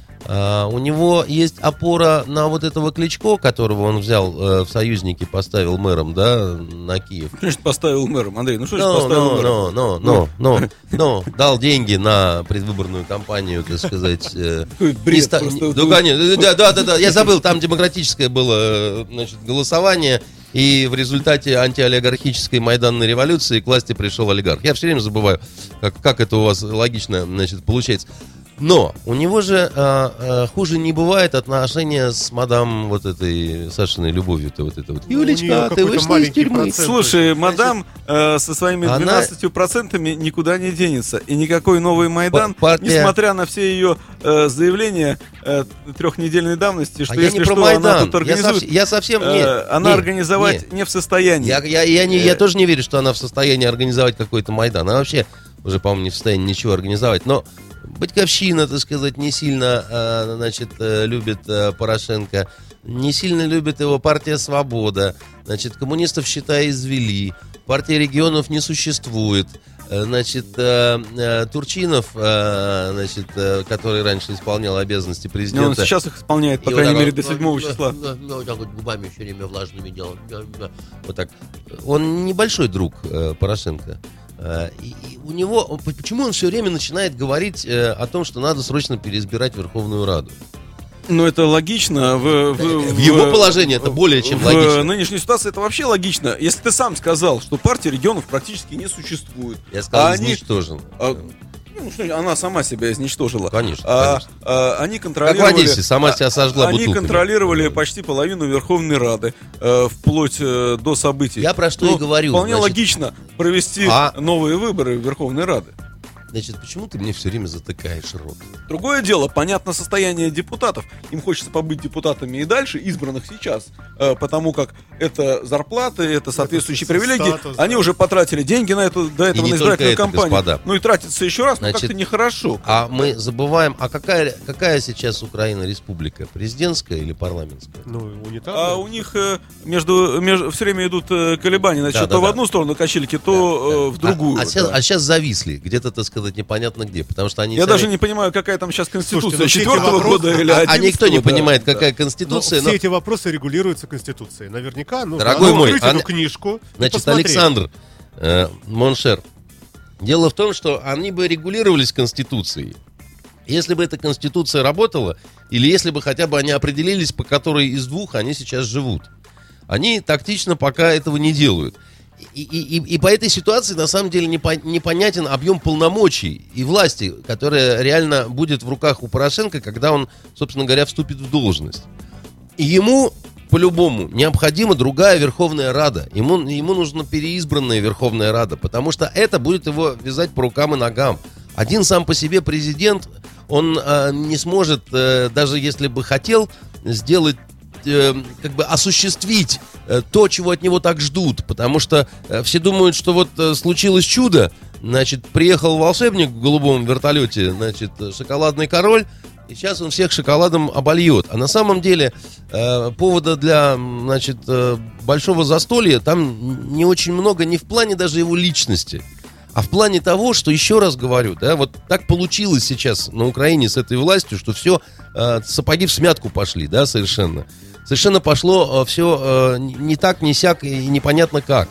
А, у него есть опора на вот этого Кличко, которого он взял э, в союзники, поставил мэром, да, на Киев. Конечно, поставил мэром. Андрей, ну что же Но, поставил но, мэром? но, но, но, но, но, дал деньги на предвыборную кампанию, так сказать. э, Какой бред, не ста- просто. Ну, конечно, да, да, да, да, я забыл, там демократическое было, э, значит, голосование, и в результате антиолигархической майданной революции к власти пришел олигарх. Я все время забываю, как, как это у вас логично, значит, получается. Но у него же а, а, хуже не бывает отношения с мадам вот этой Сашиной любовью-то вот это вот. Ну, у нее Юлечка, ты какой-то вышла из маленький тюрьмы. процент. Слушай, мадам э, со своими Она- двенадцатью процентами никуда не денется. И никакой новый Майдан, Па- партия- несмотря на все ее э, заявления э, трехнедельной давности, что А я если не про что, она Майдан. тут Я, организует, совсем, я совсем не, э, она не, организовать не. не в состоянии. Я, я, я, не, я Э. тоже не верю, что она в состоянии организовать какой-то Майдан. Она вообще уже, по-моему, не в состоянии ничего организовать. Но Батьковщина, так сказать, не сильно, э, значит, э, любит э, Порошенко. Не сильно любит его партия «Свобода». Значит, коммунистов, считай, извели. Партия регионов не существует. Э, Значит, э, э, Турчинов, э, значит, э, который раньше исполнял обязанности Но президента. он сейчас их исполняет, по И крайней вот мере, так до вот, седьмого да, числа. да, да, вот так вот губами все время влажными делал. Да, да. Вот так. Он небольшой друг э, Порошенко. Э, и, и у него, он- почему он все время начинает говорить э, о том, что надо срочно переизбирать Верховную Раду? Ну, это логично. В, в, В его положении это более чем в логично. нынешней ситуации это вообще логично. Если ты сам сказал, что партия регионов практически не существует. Я сказал, а они- изничтожен. а, ну, что, она сама себя изничтожила. Конечно, А, конечно. а, они Как контролировали... в Одессе, сама а, себя сожгла Они бутылками. контролировали почти половину Верховной Рады, э, вплоть э, до событий. Я про что Ну, и говорю. Вполне Значит, логично провести а- новые выборы в Верховной Рады. Значит, почему ты мне все время затыкаешь рот? Другое дело, понятно состояние депутатов. Им хочется побыть депутатами и дальше, избранных сейчас, э, потому как это зарплаты, это соответствующие Это привилегии. статус, Они да. уже потратили деньги на эту, до этого не на только избирательную это, кампанию. господа. Ну и тратиться еще раз, ну Значит, как-то нехорошо. А мы забываем, а какая, какая сейчас Украина республика? Президентская или парламентская? Ну, унитаз. А у них э, между, между все время идут э, колебания, значит, Да, то да, в да. одну сторону качельки, то э, в другую. А, а, сейчас, да. а сейчас зависли, где-то, так сказать, непонятно где, потому что они Я сами- даже не понимаю, какая там сейчас конституция, Слушайте, ну все эти четвертого вопросы- года или а, а одиннадцатого. никто не да. понимает, какая Ну, конституция. все но- эти вопросы регулируются Конституцией. Наверняка нужно Дорогой мой, открыть а- эту книжку и Значит, посмотреть. Александр э, Моншер, дело в том, что они бы регулировались Конституцией, если бы эта Конституция работала, или если бы хотя бы они определились, по которой из двух они сейчас живут. Они тактично пока этого не делают. И, и- и- и по этой ситуации на самом деле непо- непонятен объем полномочий и власти, которая реально будет в руках у Порошенко, когда он, собственно говоря, вступит в должность. И ему, по-любому, необходима другая Верховная Рада. Ему, ему нужна переизбранная Верховная Рада, потому что это будет его вязать по рукам и ногам. Один сам по себе президент, он э, не сможет, э, даже если бы хотел, сделать, э, как бы осуществить э, то, чего от него так ждут. Потому что э, все думают, что вот э, случилось чудо, значит, приехал волшебник в голубом вертолете, значит, шоколадный король, и сейчас он всех шоколадом обольет. А на самом деле э, повода для, значит, э, большого застолья там не очень много, не в плане даже его личности, а в плане того, что, еще раз говорю, да, вот так получилось сейчас на Украине с этой властью, что все, э, сапоги в смятку пошли, да, совершенно. Совершенно пошло э, все э, не так, не сяк и непонятно как.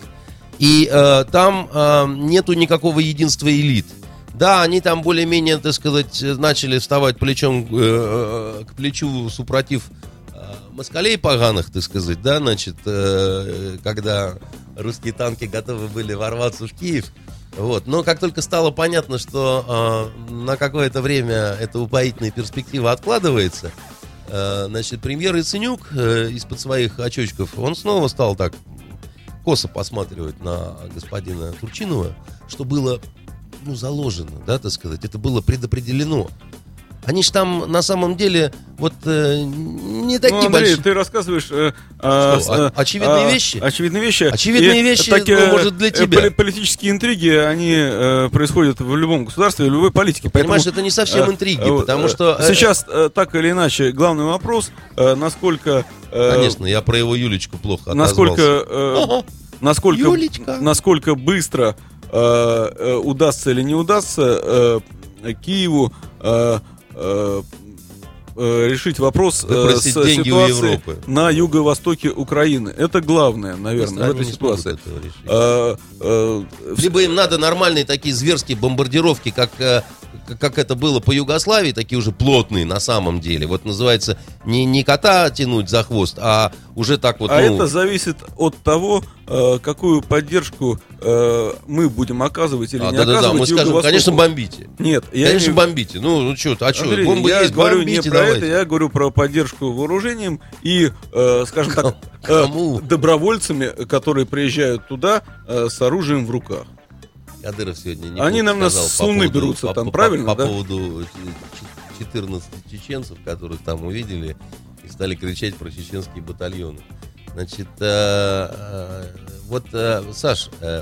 И э, там э, нету никакого единства элит. Да, они там более-менее, так сказать, начали вставать плечом э, к плечу супротив э, москалей поганых, так сказать, да, значит, э, когда русские танки готовы были ворваться в Киев. Вот. Но как только стало понятно, что э, на какое-то время эта упоительная перспектива откладывается, э, значит, премьер Яценюк э, из-под своих очочков, он снова стал так косо посматривать на господина Турчинова, что было, ну, заложено, да, так сказать, это было предопределено. Они ж там на самом деле вот э, не такие Ну, Андрей, большие. ты рассказываешь э, а, Что, с- о- очевидные а, вещи? Очевидные вещи. Очевидные И вещи, такие, ну, может, для э, тебя. поли- Политические интриги, они э, происходят в любом государстве, в любой политике. Понимаешь, Поэтому, это не совсем э, интриги, э, потому э, что... э, Сейчас, э, так или иначе, главный вопрос, э, насколько... э, Конечно, я про его Юлечку плохо Насколько... отозвался. э, Ага. Насколько, Юлечка. насколько быстро э, удастся или не удастся э, Киеву э, э, решить вопрос э, с ситуацией на юго-востоке Украины. Это главное, наверное, в этой ситуации. А, а, Либо им надо нормальные такие зверские бомбардировки, как, как это было по Югославии, такие уже плотные на самом деле. Вот называется не, не кота тянуть за хвост, а уже так вот... А ну... это зависит от того, э, какую поддержку э, мы будем оказывать или а, не да, оказывать. Да, да, мы скажем, конечно, бомбите. Нет, я конечно, не... бомбите. Ну, ну что, а что, Андрей, бомбы я есть, говорю бомбите, не про давайте. это, я говорю про поддержку вооружением и, э, скажем так, э, добровольцами, которые приезжают туда э, с оружием в руках. Кадыров сегодня не Они нам нас с Луны берутся по, там, по, правильно, по, да? По поводу четырнадцати чеченцев, которых там увидели и стали кричать про чеченские батальоны. Значит, э, э, вот, э, Саш, э,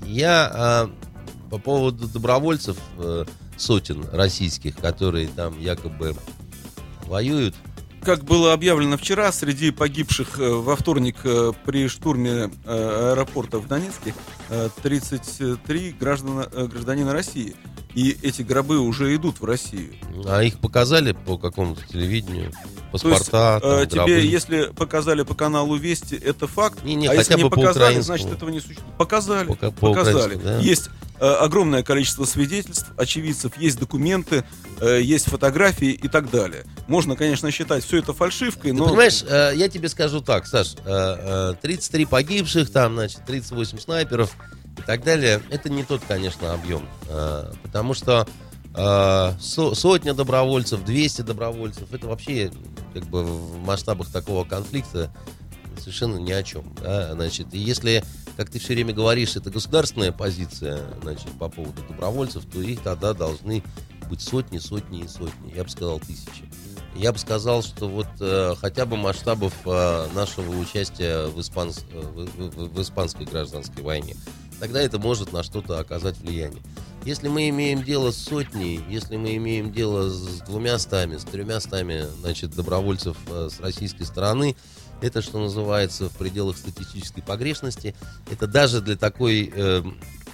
я э, по поводу добровольцев э, сотен российских, которые там якобы воюют. Как было объявлено вчера, среди погибших э, во вторник э, при штурме э, аэропорта в Донецке э, тридцать три граждана, э, гражданина России. И эти гробы уже идут в Россию. А их показали по какому-то телевидению? Паспорта, То есть, там, э, тебе, гробы? если показали по каналу Вести, это факт. Не, не, а если не по показали, значит этого не существует. Показали. По, по показали. Да? Есть э, огромное количество свидетельств, очевидцев, есть документы, э, есть фотографии и так далее. Можно, конечно, считать все это фальшивкой, Ты но... понимаешь, э, я тебе скажу так, Саш, э, э, тридцать три погибших, там, значит, тридцать восемь снайперов и так далее, это не тот, конечно, объем. Э, потому что э, со, сотня добровольцев, двести добровольцев, это вообще как бы в масштабах такого конфликта совершенно ни о чем. Да? Значит, и если, как ты все время говоришь, это государственная позиция, значит, по поводу добровольцев, то их тогда должны быть сотни, сотни и сотни. Я бы сказал тысячи. Я бы сказал, что вот э, хотя бы масштабов э, нашего участия в, испанс... в, в, в испанской гражданской войне, тогда это может на что-то оказать влияние. Если мы имеем дело с сотней, если мы имеем дело с двумя стами, с тремя стами, значит, добровольцев э, с российской стороны, это, что называется, в пределах статистической погрешности. Это даже для такой э,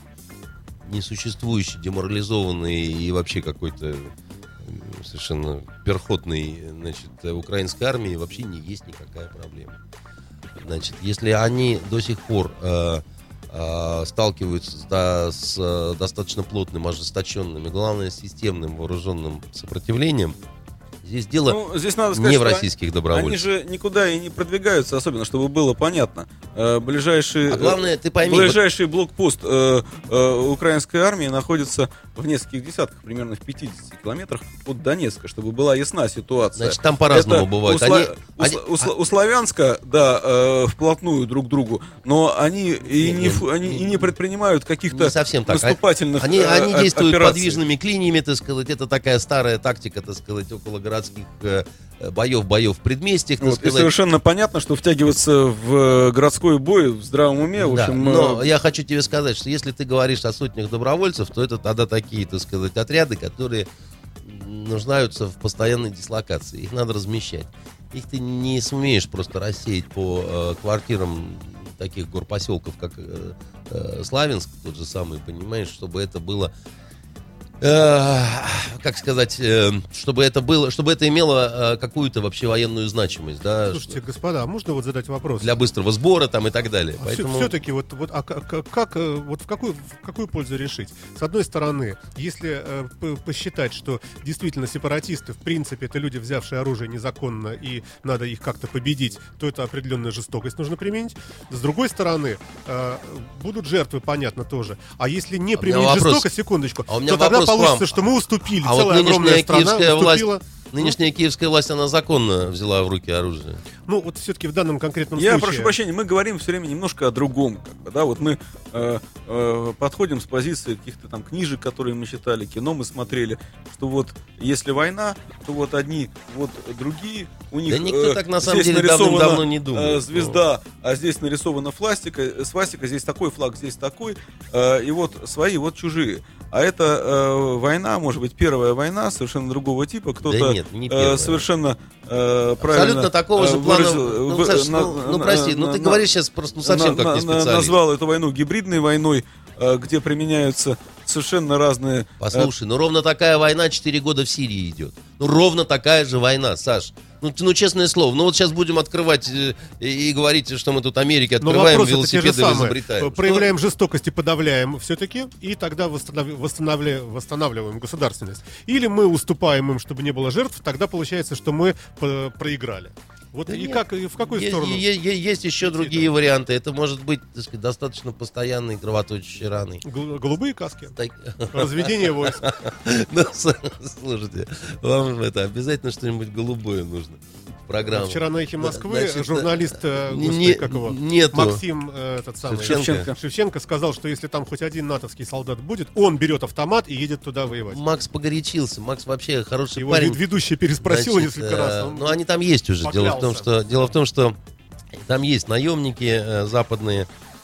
несуществующей, деморализованной и вообще какой-то совершенно перхотной, значит, украинской армии вообще не есть никакая проблема. Значит, если они до сих пор э, э, сталкиваются с, да, с э, достаточно плотным, ожесточенным и, главное, системным вооруженным сопротивлением, здесь дело ну, здесь надо сказать, не в российских добровольцах. Они же никуда и не продвигаются, особенно, чтобы было понятно. Э, ближайший, а главное, ты пойми, ближайший вот... блокпост э, э, украинской армии находится в нескольких десятках, примерно в пятидесяти километрах от Донецка, чтобы была ясна ситуация. Значит, там по-разному Это бывает. У, Сла... Они... у, они... у, Сла... у Славянска, да, э, вплотную друг к другу, но они, и, не, не, они не, и не предпринимают каких-то не совсем так. наступательных они, они э, действуют операций. Подвижными клиньями, так сказать. Это такая старая тактика, так сказать, около городских э, боев, боев в предместьях. Вот, сказать. И совершенно понятно, что втягиваться в городской бой в здравом уме, в да, общем... но э... я хочу тебе сказать, что если ты говоришь о сотнях добровольцев, то это тогда такие, так сказать, отряды, которые нуждаются в постоянной дислокации. Их надо размещать. Их ты не сумеешь просто рассеять по э, квартирам таких горпоселков, как э, э, Славянск, тот же самый, понимаешь, чтобы это было... Э, как сказать, э, чтобы это было, чтобы это имело э, какую-то вообще военную значимость, да? Слушайте, что... господа, а можно вот задать вопрос? Для быстрого сбора там и так далее. А Поэтому... все-таки вот, вот, а как, как вот в какую, в какую пользу решить? С одной стороны, если э, посчитать, что действительно сепаратисты, в принципе, это люди, взявшие оружие незаконно, и надо их как-то победить, то это определенная жестокость нужно применить. С другой стороны, э, будут жертвы, понятно, тоже. А если не а применить жестокость, секундочку, а у меня то тогда получится, вам. что мы уступили. А Целая вот огромная страна киевская уступила. Власть, нынешняя киевская власть, она законно взяла в руки оружие. Ну, вот все-таки в данном конкретном Я случае... прошу прощения, мы говорим все время немножко о другом. Как бы, да? Вот мы э, э, подходим с позиции каких-то там книжек, которые мы читали, кино мы смотрели, что вот если война, то вот одни, вот другие, у них да никто э, так на самом здесь деле нарисована давным-давно не думает. Э, звезда, а здесь нарисована фластика, свастика, здесь такой флаг, здесь такой, э, и вот свои, вот чужие. А это э, война, может быть, первая война совершенно другого типа. Кто-то да нет, не первая. э, совершенно э, правильно абсолютно такого же э, плана. выразил, Ну, вы, Саш, на, ну, на, ну прости, на, ну ты на, говоришь сейчас просто ну, совсем на, как не на, специалист. Назвал эту войну гибридной войной. э, где применяются совершенно разные... Послушай, ну ровно такая война четыре года в Сирии идет. Ну ровно такая же война, Саш. Ну, ну честное слово, ну вот сейчас будем открывать э, и говорить, что мы тут Америке открываем, велосипеды изобретаем. Проявляем что? жестокость и подавляем все-таки, и тогда восстанов... восстанавли... восстанавливаем государственность. Или мы уступаем им, чтобы не было жертв, тогда получается, что мы по- проиграли. Вот да и нет. как, и в какую есть, сторону? Есть, есть еще другие это? варианты. Это может быть, так сказать, достаточно постоянной кровоточащей раной. Гол- голубые каски? Так... Разведение войск. Ну, слушайте, вам это обязательно что-нибудь голубое нужно. Программа. Вчера на «Эхе Москвы» Значит, журналист э, не, господи, как его? нету. Максим э, этот самый, Шевченко. Шевченко сказал, что если там хоть один натовский солдат будет, он берет автомат и едет туда воевать. Макс погорячился. Макс вообще хороший Его парень. ведущий переспросил Значит, несколько раз. э, Он ну, они там есть уже. Дело в том, что, дело в том, что там есть наемники э, западные.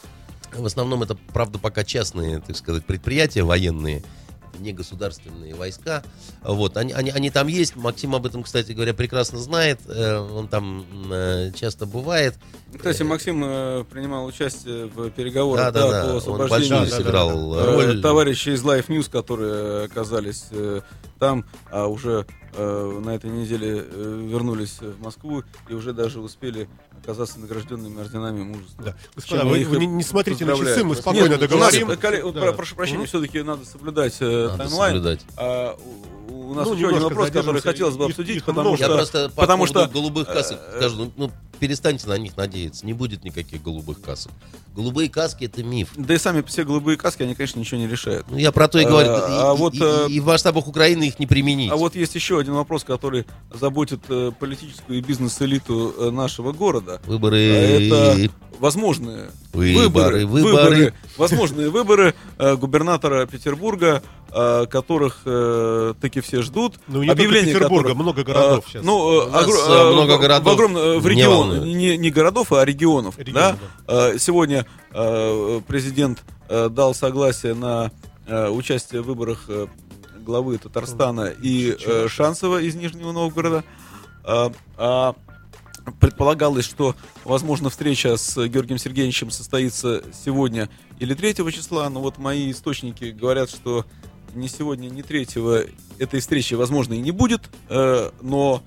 В основном это, правда, пока частные, так сказать, предприятия военные. Не государственные войска. Вот, они, они, они там есть. Максим об этом, кстати говоря, прекрасно знает. Э, он там э, часто бывает. Кстати, Максим э, принимал участие в переговорах да, да, да, по он освобождению большую сыграл роль. Э, товарищей из Life News, которые оказались э, там, а уже э, на этой неделе э, вернулись в Москву и уже даже успели оказаться награжденными орденами мужества. Да. Господа, вы, вы не, не смотрите на часы, мы спокойно Нет, договорим. У нас, коллег, да. про, прошу прощения, угу. все-таки надо соблюдать э, надо таймлайн. Соблюдать. А, у, у нас ну, еще один вопрос, задержимся. который хотелось бы обсудить, их, потому их что... Я просто по потому поводу что, голубых касок скажу, ну, ну, перестаньте на них надеяться, не будет никаких голубых касок. Голубые каски — это миф. Да и сами все голубые каски, они, конечно, ничего не решают. Ну, я про то и говорю. А, а и, вот, и, и, и в масштабах Украины их не применить. А вот есть еще один вопрос, который заботит э, политическую и бизнес-элиту э, нашего города. Выборы. Это возможные выборы, выборы, выборы. выборы возможные выборы э, губернатора Петербурга, э, которых э, таки все ждут. Ну, не Объявление только Петербурга, которых, много городов э, сейчас. Ну, э, огр- много в, городов. В, огром, в регион, не, не, не городов, а регионов. Регион, да? да. Э, сегодня э, президент э, дал согласие на э, участие в выборах э, главы Татарстана и э, Шанцева из Нижнего Новгорода. Э, э, Предполагалось, что, возможно, встреча с Георгием Сергеевичем состоится сегодня или третьего числа, но вот мои источники говорят, что ни сегодня, ни третьего этой встречи, возможно, и не будет, э, но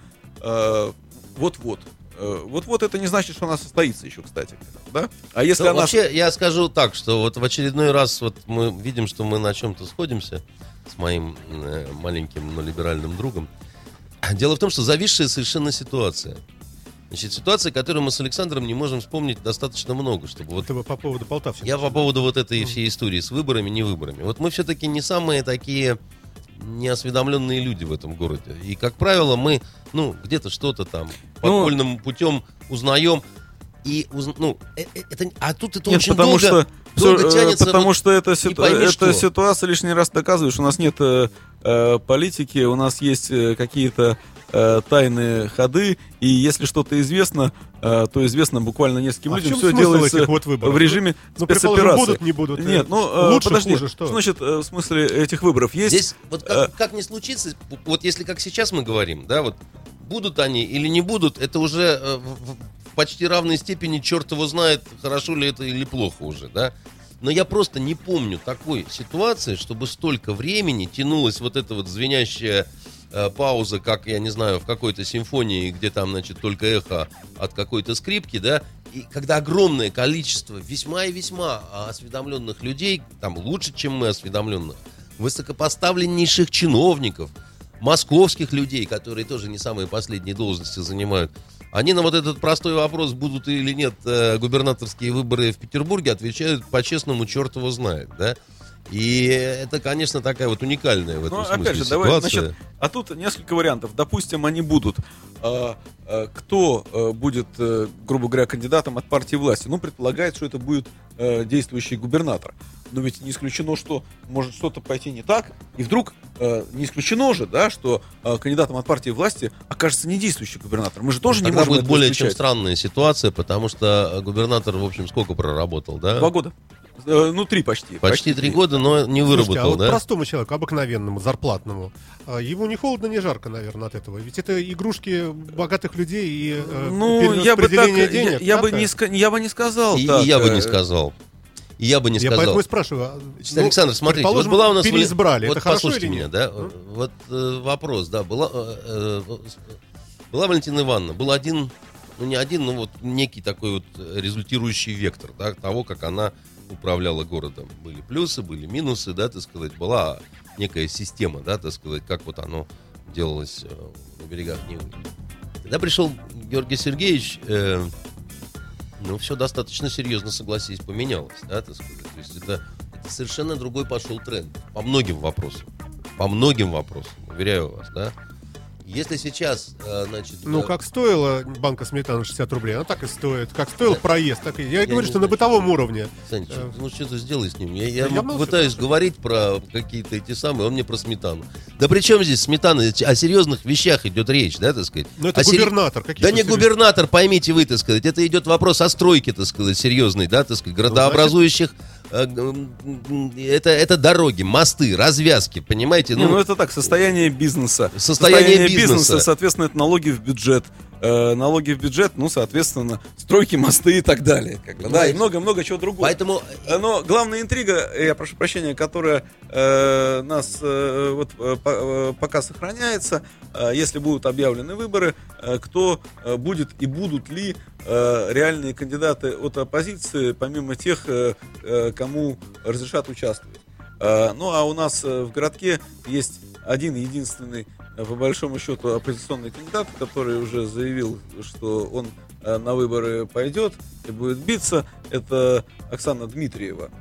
э, вот-вот. Э, вот-вот это не значит, что она состоится еще, кстати. Да? А если ну, она... Вообще, я скажу так, что вот в очередной раз вот мы видим, что мы на чем-то сходимся с моим э, маленьким, но либеральным другом. Дело в том, что зависшая совершенно ситуация. Значит, ситуация, которую мы с Александром не можем вспомнить достаточно много, чтобы вот... Это по поводу Полтавщины. Я по поводу вот этой всей истории с выборами, не выборами. Вот мы все-таки не самые такие неосведомленные люди в этом городе. И, как правило, мы, ну, где-то что-то там подпольным ну, путем узнаем. И, уз... ну, это... А тут это нет, очень потому долго, что, долго все, тянется. Потому вот, что эта, ситу... эта ситуация лишний раз доказывает, что у нас нет э, политики, у нас есть э, какие-то э, тайные ходы, и если что-то известно, э, то известно буквально нескольким а людям. Все делается вот в режиме ну, спецоперации. Будут, не будут. Нет, ну, э, лучше, подожди, хуже, что? Что значит э, в смысле этих выборов? Есть... Здесь вот как, э... как не случится, вот если как сейчас мы говорим, да, вот будут они или не будут, это уже э, в, в почти равной степени черт его знает, хорошо ли это или плохо уже, да. Но я просто не помню такой ситуации, чтобы столько времени тянулась вот эта вот звенящая э, пауза, как, я не знаю, в какой-то симфонии, где там, значит, только эхо от какой-то скрипки, да, и когда огромное количество весьма и весьма осведомленных людей, там лучше, чем мы осведомленных, высокопоставленнейших чиновников, московских людей, которые тоже не самые последние должности занимают, они на вот этот простой вопрос, будут или нет э, губернаторские выборы в Петербурге, отвечают по-честному, черт его знает, да. И это, конечно, такая вот уникальная в этом ну, смысле опять же, ситуация. Давай, значит, а тут несколько вариантов. Допустим, они будут. А, а, кто а, будет, а, грубо говоря, кандидатом от партии власти? Ну, предполагается, что это будет а, действующий губернатор. Но ведь не исключено, что может что-то пойти не так. И вдруг а, не исключено же, да, что а, кандидатом от партии власти окажется не действующий губернатор. Мы же тоже Тогда не можем будет этого более исключать. чем странная ситуация, потому что губернатор, в общем, сколько проработал, да? Два года. Ну, три почти. Почти три года, но не выработал, Слушайте, а вот да? простому человеку, обыкновенному, зарплатному, ему не холодно, не жарко, наверное, от этого. Ведь это игрушки богатых людей и ну, я бы так, денег. Я, я, бы не, я бы не сказал и, так. И я бы не сказал. и я бы не Я сказал. поэтому и спрашиваю. Значит, ну, Александр, смотрите, вот предположим, была у нас... переизбрали, вот это хорошо послушайте или меня, нет? да, Ну? вот э, вопрос, да, была, э, э, была Валентина Ивановна, был один, ну не один, но вот некий такой вот результирующий вектор, да, того, как она управляла городом. Были плюсы, были минусы, да, так сказать, была некая система, да, так сказать, как вот оно делалось э, на берегах Невы. Когда пришел Георгий Сергеевич, э, ну, все достаточно серьезно, согласись, поменялось, да, так сказать. То есть это, это совершенно другой пошел тренд по многим вопросам. По многим вопросам, уверяю вас, да. Если сейчас, э, значит... Ну, э, как стоила банка сметаны шестьдесят рублей, она так и стоит. Как стоил Да. проезд, так и... Я, Я говорю, не что на знаю, бытовом что- уровне. Сань, Э, что- ну что-то сделай с ним. Я, я Да я молчу, пытаюсь молчу. говорить про какие-то эти самые, он мне про сметану. Да при чем здесь сметана? О серьезных вещах идет речь, да, так сказать? Ну, это О сери- губернатор. Какие Да тут не серьезные- губернатор, поймите вы, так сказать. Это идет вопрос о стройке, так сказать, серьезной, да, так сказать, градообразующих. э, м, м, Это, это дороги, мосты, развязки, понимаете? Не, ну это так, состояние бизнеса. Состояние бизнеса. Соответственно, это налоги в бюджет. Э, налоги в бюджет, ну, соответственно, стройки, мосты и так далее. Как бы, да, и Понимаете? много-много чего другого. Поэтому Э, Но главная интрига, я прошу прощения, которая э, нас э, вот, э, по- э, пока сохраняется, э, если будут объявлены выборы, э, кто э, будет и будут ли э, реальные кандидаты от оппозиции, помимо тех, э, э, кому разрешат участвовать. Э, ну, а у нас э, в городке есть один единственный, э, по большому счету, оппозиционный кандидат, который уже заявил, что он э, на выборы пойдет и будет биться. Это Оксана Дмитриева.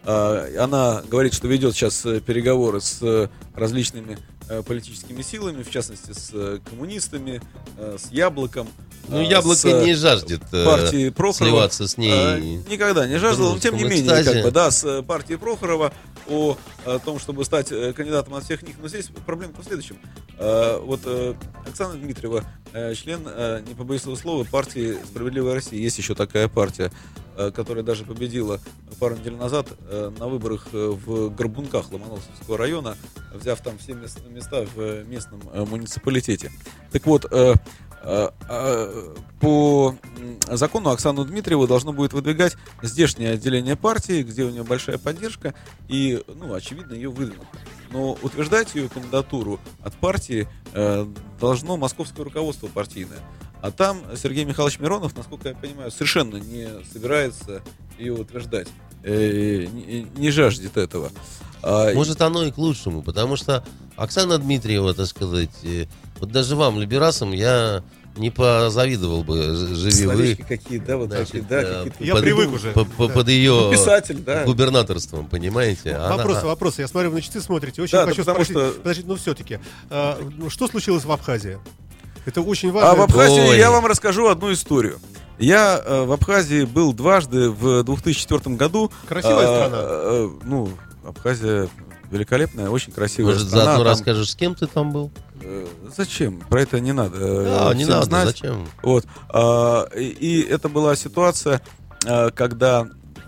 Э, Она говорит, что ведет сейчас э, переговоры с э, различными э, политическими силами, в частности, с э, коммунистами, э, с Яблоком. ну, э, яблоко с, э, не жаждет э, партии Прохорова. сливаться с ней. Э, Никогда не жаждал, но тем не дружеском менее, экстазе. как бы, да, с э, партией Прохорова о, о том, чтобы стать э, кандидатом от всех них. Но здесь проблема в следующем. Э, Вот э, Оксана Дмитриева, э, член, э, не побоюсь этого слова, партии «Справедливая Россия». Есть еще такая партия, э, которая даже победила пару недель назад э, на выборах э, в Горбунках Ломоносовского района, взяв там все мес- места в э, местном э, муниципалитете. Так вот, э, э, э, по м, закону Оксану Дмитриеву должно будет выдвигать здешнее отделение партии, где у нее большая поддержка, и, ну, очевидно, ее выдвинут. Но утверждать ее кандидатуру от партии э, должно московское руководство партийное. А там Сергей Михайлович Миронов, насколько я понимаю, совершенно не собирается ее утверждать, э, не, не жаждет этого. А, Может, оно и к лучшему, потому что Оксана Дмитриева, так сказать, э, вот даже вам, либерасам, я не позавидовал бы, ж- живи вы. словечки какие, да, вот Значит, такие, да, э, какие-то. Я привык уже. по- по- Да. Под ее Писатель, да. губернаторством, понимаете? Она- Вопросы, вопросы. Я смотрю, вы на часы смотрите. Очень Да, хочу да потому спросить. что- Подождите, ну все-таки. а, ну, что случилось в Абхазии? Это очень важно. А в Абхазии Ой. я вам расскажу одну историю. Я э, в Абхазии был дважды в две тысячи четвёртом году. Красивая А, страна. э, ну, Абхазия великолепная, очень красивая Может, страна. заодно Там, расскажешь, с кем ты там был? э, зачем? Про это не надо. э, Да, не всем надо, знать. зачем? Вот. А, и, и это была ситуация, э, когда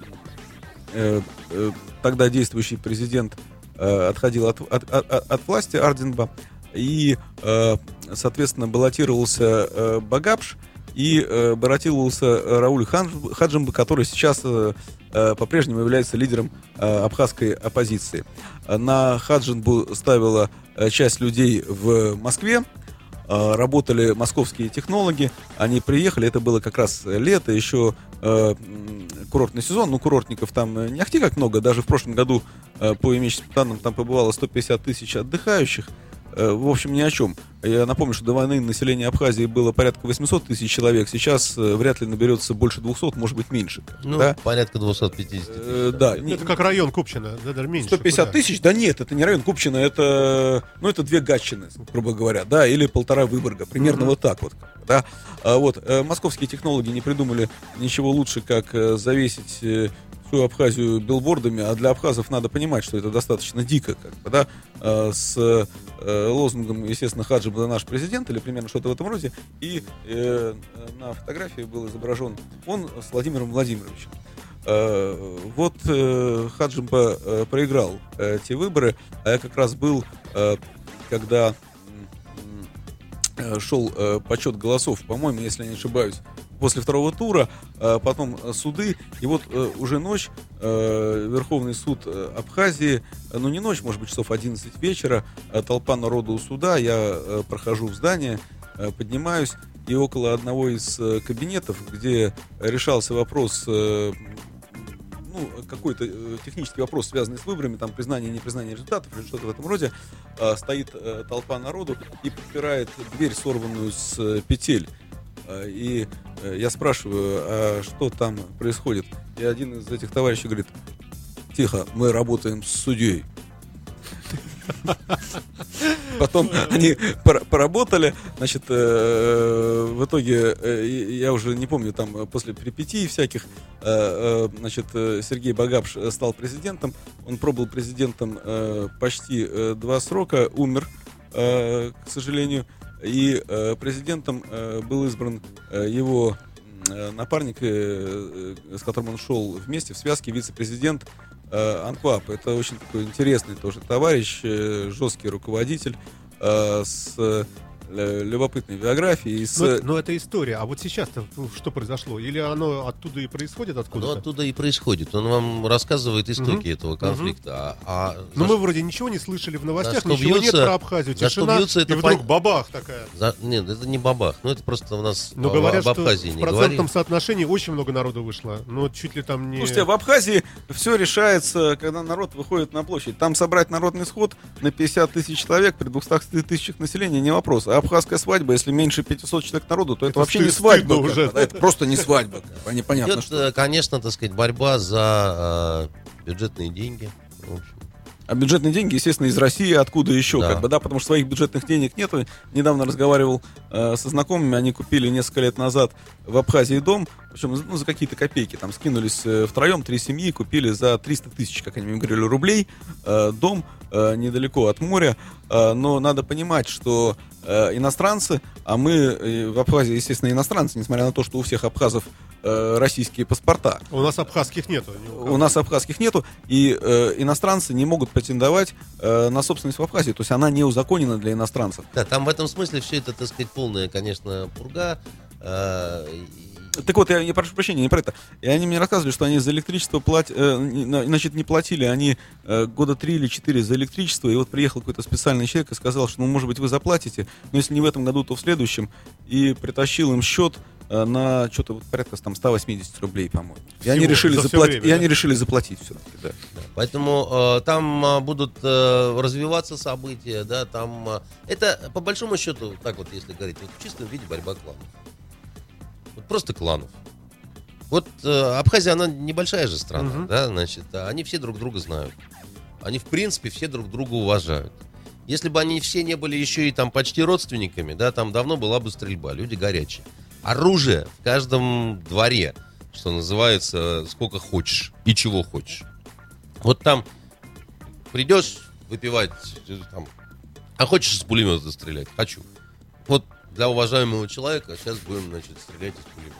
э, э, тогда действующий президент э, отходил от, от, от- от власти, Арденба, и, э, соответственно, баллотировался э, Багапш, и э, баллотировался Рауль Хадж- Хаджимба, который сейчас э, э, по-прежнему является лидером э, абхазской оппозиции. На Хаджимбу ставила э, часть людей в Москве, э, работали московские технологи, они приехали, это было как раз лето, еще э, м, курортный сезон, ну курортников там э, не ахти как много, даже в прошлом году э, по имеющимся данным там побывало сто пятьдесят тысяч отдыхающих. Э, В общем, ни о чем. Я напомню, что до войны население Абхазии было порядка восемьсот тысяч человек. Сейчас э, вряд ли наберется больше двухсот, может быть, меньше. Ну, Да? порядка двести пятьдесят Э, тысяч. да, не- Это как район Купчино, да, даже меньше. сто пятьдесят Куда? тысяч? Да нет, это не район Купчино, это, ну, это две Гатчины, грубо говоря, да, или полтора Выборга, примерно вот так вот, да. А вот, э, московские технологи не придумали ничего лучше, как э, завесить э, всю Абхазию билбордами, а для абхазов надо понимать, что это достаточно дико, как бы, да, э, с э, лозунгом, естественно, Хаджиб это наш президент, или примерно что-то в этом роде, и э, на фотографии был изображен он с Владимиром Владимировичем. Э, Вот э, Хаджимба э, проиграл э, те выборы, а я как раз был, э, когда м, м, э, шел э, подсчет голосов, по-моему, если я не ошибаюсь, после второго тура, э, потом суды, и вот э, уже ночь, э, Верховный суд Абхазии, э, ну не ночь, может быть, часов одиннадцать вечера, э, толпа народу у суда, я э, прохожу в здание, э, поднимаюсь, и около одного из э, кабинетов, где решался вопрос, э, ну, какой-то э, технический вопрос, связанный с выборами, там, признание, непризнание результатов или что-то в этом роде, э, стоит э, толпа народу и подпирает дверь, сорванную с э, петель. Э, и э, я спрашиваю, а что там происходит? И один из этих товарищей говорит: тихо, мы работаем с судьей. Потом они поработали, значит, э, в итоге, э, я уже не помню, там, после перипетий всяких, э, э, значит, Сергей Багапш стал президентом, он пробыл президентом э, почти э, два срока, умер, э, к сожалению, и э, президентом э, был избран э, его э, напарник, э, э, с которым он шел вместе в связке, вице-президент Анквап. Это очень такой интересный тоже товарищ, жесткий руководитель с любопытной биографией. С... Но, но это история. А вот сейчас-то что произошло? Или оно оттуда и происходит? Откуда-то? Оно оттуда и происходит. Он вам рассказывает истоки угу. этого конфликта. Угу. А, а Но за... мы вроде ничего не слышали в новостях, ничего бьется, нет про Абхазию. Тишина, бьется, и это вдруг пон... бабах такая. За... Нет, это не бабах. Ну, это просто у нас Но об, говорят, об Абхазии что не в процентном говорим. соотношении очень много народу вышло. Но чуть ли там не... Слушайте, в Абхазии все решается, когда народ выходит на площадь. Там собрать народный сход на пятьдесят тысяч человек при двухстах тысячах населения не вопрос. А абхазская свадьба, если меньше пятисот человек народу, то это, это вообще не свадьба уже. Да, это просто не свадьба. Непонятно, Идет, что. конечно, так сказать, борьба за э, бюджетные деньги. В общем. А бюджетные деньги, естественно, из России, откуда еще, да. как бы, да, потому что своих бюджетных денег нету. Недавно разговаривал э, со знакомыми, они купили несколько лет назад в Абхазии дом, причем ну, за какие-то копейки, там скинулись э, втроем, три семьи, купили за триста тысяч, как они мне говорили, рублей, э, дом э, недалеко от моря, э, но надо понимать, что э, иностранцы, а мы э, в Абхазии, естественно, иностранцы, несмотря на то, что у всех абхазов э, российские паспорта. У нас абхазских нету. У нас абхазских нету, и э, иностранцы не могут претендовать э, на собственность в Абхазии, то есть она не узаконена для иностранцев. Да, там в этом смысле все это, так сказать, полная, конечно, пурга. Э, Так вот, я, я прошу прощения, не про это. И они мне рассказывали, что они за электричество платят, э, значит, не платили они э, года три или четыре за электричество, и вот приехал какой-то специальный человек и сказал, что, ну, может быть, вы заплатите, но если не в этом году, то в следующем, и притащил им счет э, на что-то вот порядка там сто восемьдесят рублей, по-моему. И они решили, за заплатить, время, и да? они решили заплатить все-таки, да. Да, поэтому э, там э, будут э, развиваться события, да, там э, это по большому счету, так вот, если говорить, вот, в чистом виде борьба кланов. Вот просто кланов. Вот э, Абхазия, она небольшая же страна, uh-huh. да, значит, а они все друг друга знают. Они, в принципе, все друг друга уважают. Если бы они все не были еще и там почти родственниками, да, там давно была бы стрельба, люди горячие. Оружие в каждом дворе, что называется, сколько хочешь и чего хочешь. Вот там придешь выпивать, там, а хочешь из пулемета стрелять? Хочу. Вот для уважаемого человека сейчас будем, значит, стрелять из пулемета.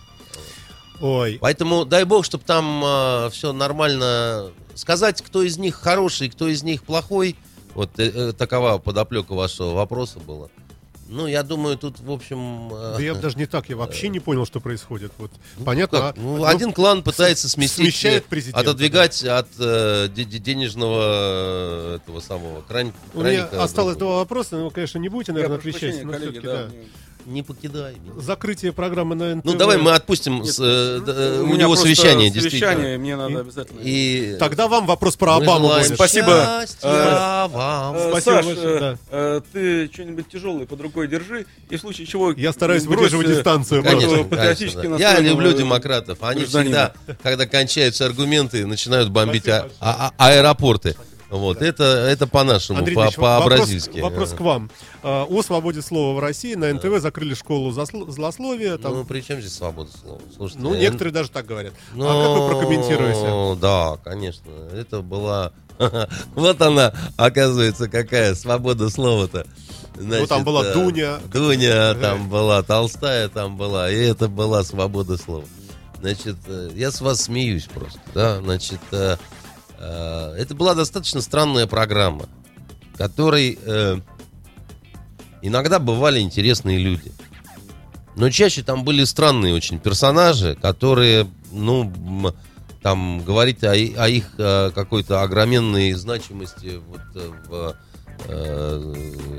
Ой. Поэтому дай бог, чтобы там э, все нормально. Сказать, кто из них хороший, кто из них плохой, вот э, э, такова подоплека вашего вопроса была. Ну, я думаю, тут, в общем... Э, да я даже не так, я вообще не понял, что происходит. Вот, ну, понятно. Как? Ну, один клан пытается сместить, отодвигать да. от э, денежного э, этого самого кран, У меня осталось два вопроса, но, конечно, не будете, наверное, отвечать. Но коллеги, да, да. Не покидай меня. Закрытие программы на эн тэ вэ. Ну, давай мы отпустим Нет, с, э, у у него совещание, совещание, действительно. мне надо И, обязательно. И... Тогда вам вопрос про Обаму. Спасибо. Счастья вам. Э, Спасибо Саш, большое, да. э, ты что-нибудь тяжелое под рукой держи, и в случае чего... Я стараюсь брось, выдерживать э, дистанцию. Конечно, патриотически конечно, да. Я настроенного люблю демократов. Они гражданина. всегда, когда кончаются аргументы, начинают бомбить Спасибо а- а- аэропорты. Вот, это, это по-нашему, Андрей по- Ильич, по-бразильски. Вопрос, вопрос к вам. А, о свободе слова в России на эн тэ вэ закрыли школу засло- злословия. Там, Ну, при чем здесь свобода слова? Слушайте, ну, э, некоторые даже так говорят. ну, А как вы прокомментируете? Ну, да, конечно. Это была... Вот она, оказывается, какая свобода слова-то. Значит, Ну, там была э, Дуня. Дуня, там была, Толстая там была, и это была свобода слова. Значит, э, я с вас смеюсь просто, да, значит, э, э, это была достаточно странная программа, в которой э, иногда бывали интересные люди. Но чаще там были странные очень персонажи, которые, ну, м, там говорить о, и- о их э, какой-то огроменной значимости вот, э, в э,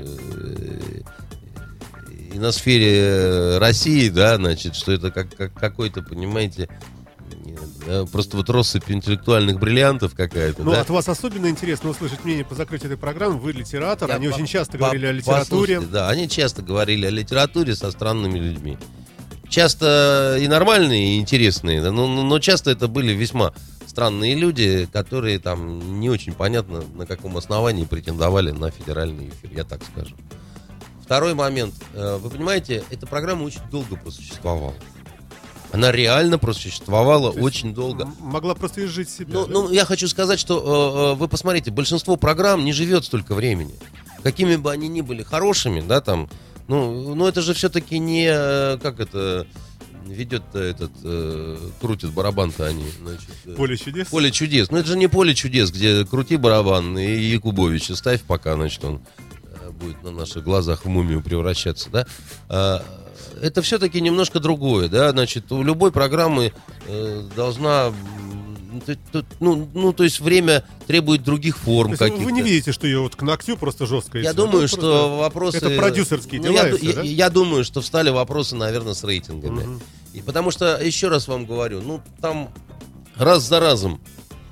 и на сфере России, да, значит, что это как, как какой-то, понимаете, э, просто вот россыпь интеллектуальных бриллиантов какая-то, Ну, да? от вас особенно интересно услышать мнение по закрытию этой программы. Вы литератор, Я они по- очень часто по- говорили о литературе. послушайте, Да, они часто говорили о литературе со странными людьми. Часто и нормальные, и интересные, да, но, но но часто это были весьма странные люди, которые там не очень понятно, на каком основании претендовали на федеральный эфир, я так скажу. Второй момент. Э, Вы понимаете, эта программа очень долго просуществовала. Она реально просуществовала есть очень долго. М- Могла просто изжить себя. Ну, да? ну, я хочу сказать, что э, э, вы посмотрите, большинство программ не живет столько времени. Какими бы они ни были хорошими, да, там, ну, ну это же все-таки не, э, как это, ведет-то этот, э, крутит барабан-то они, значит. э, Поле чудес. Поле чудес. Ну, это же не поле чудес, где крути барабан и Якубовича ставь, пока, значит, он э, будет на наших глазах в мумию превращаться, да. А, это все-таки немножко другое, да, значит, у любой программы э, должна, м, т- т- ну, ну, то есть время требует других форм То есть каких-то. вы не видите, что ее вот к ногтю просто жестко. Я идти? думаю, Ну, что просто вопросы... Это продюсерские Ну, дела, я, и всё, я- да? я думаю, что встали вопросы, наверное, с рейтингами. Мгм. И потому что, еще раз вам говорю, ну, там раз за разом.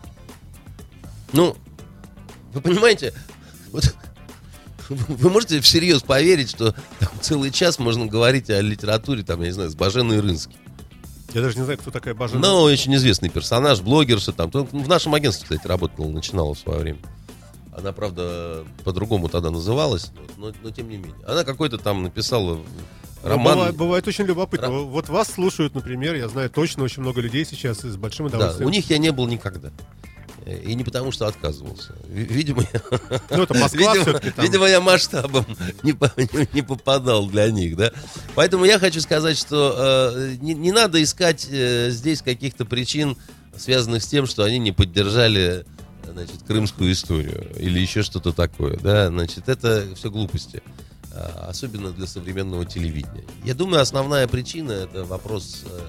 Ну, вы понимаете, вот, вы можете всерьез поверить, что там целый час можно говорить о литературе, там, я не знаю, с Баженой Рынски. Я даже не знаю, кто такая Бажена. Ну, очень известный персонаж, блогерша там. То- В нашем агентстве, кстати, работала, начинала в свое время. Она, правда, по-другому тогда называлась, но, но тем не менее. Она какой-то там написала Ну, роман. Бывает, бывает очень любопытно. Ра- Вот вас слушают, например, я знаю точно очень много людей сейчас и с большим Да, удовольствием. у них я не был никогда. И не потому, что отказывался. Ви- Видимо, я, Ну, это Москва видимо, все-таки там. видимо, я масштабом не, по- не- не попадал для них, да. Поэтому я хочу сказать, что э, не, не надо искать э, здесь каких-то причин, связанных с тем, что они не поддержали, значит, крымскую историю или еще что-то такое, да. Значит, это все глупости, а, особенно для современного телевидения. Я думаю, основная причина — это вопрос э,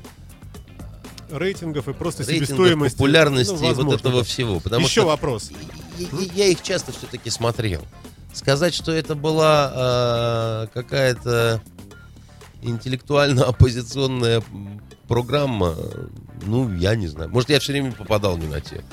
Рейтингов и просто рейтингов, себестоимости. популярности Ну, и вот возможно, этого да. всего. Потому Еще что вопрос. и- и- я их часто все-таки смотрел. Сказать, что это была э, какая-то интеллектуально-оппозиционная м, программа, э, ну, я не знаю. Может, я все время попадал не на те.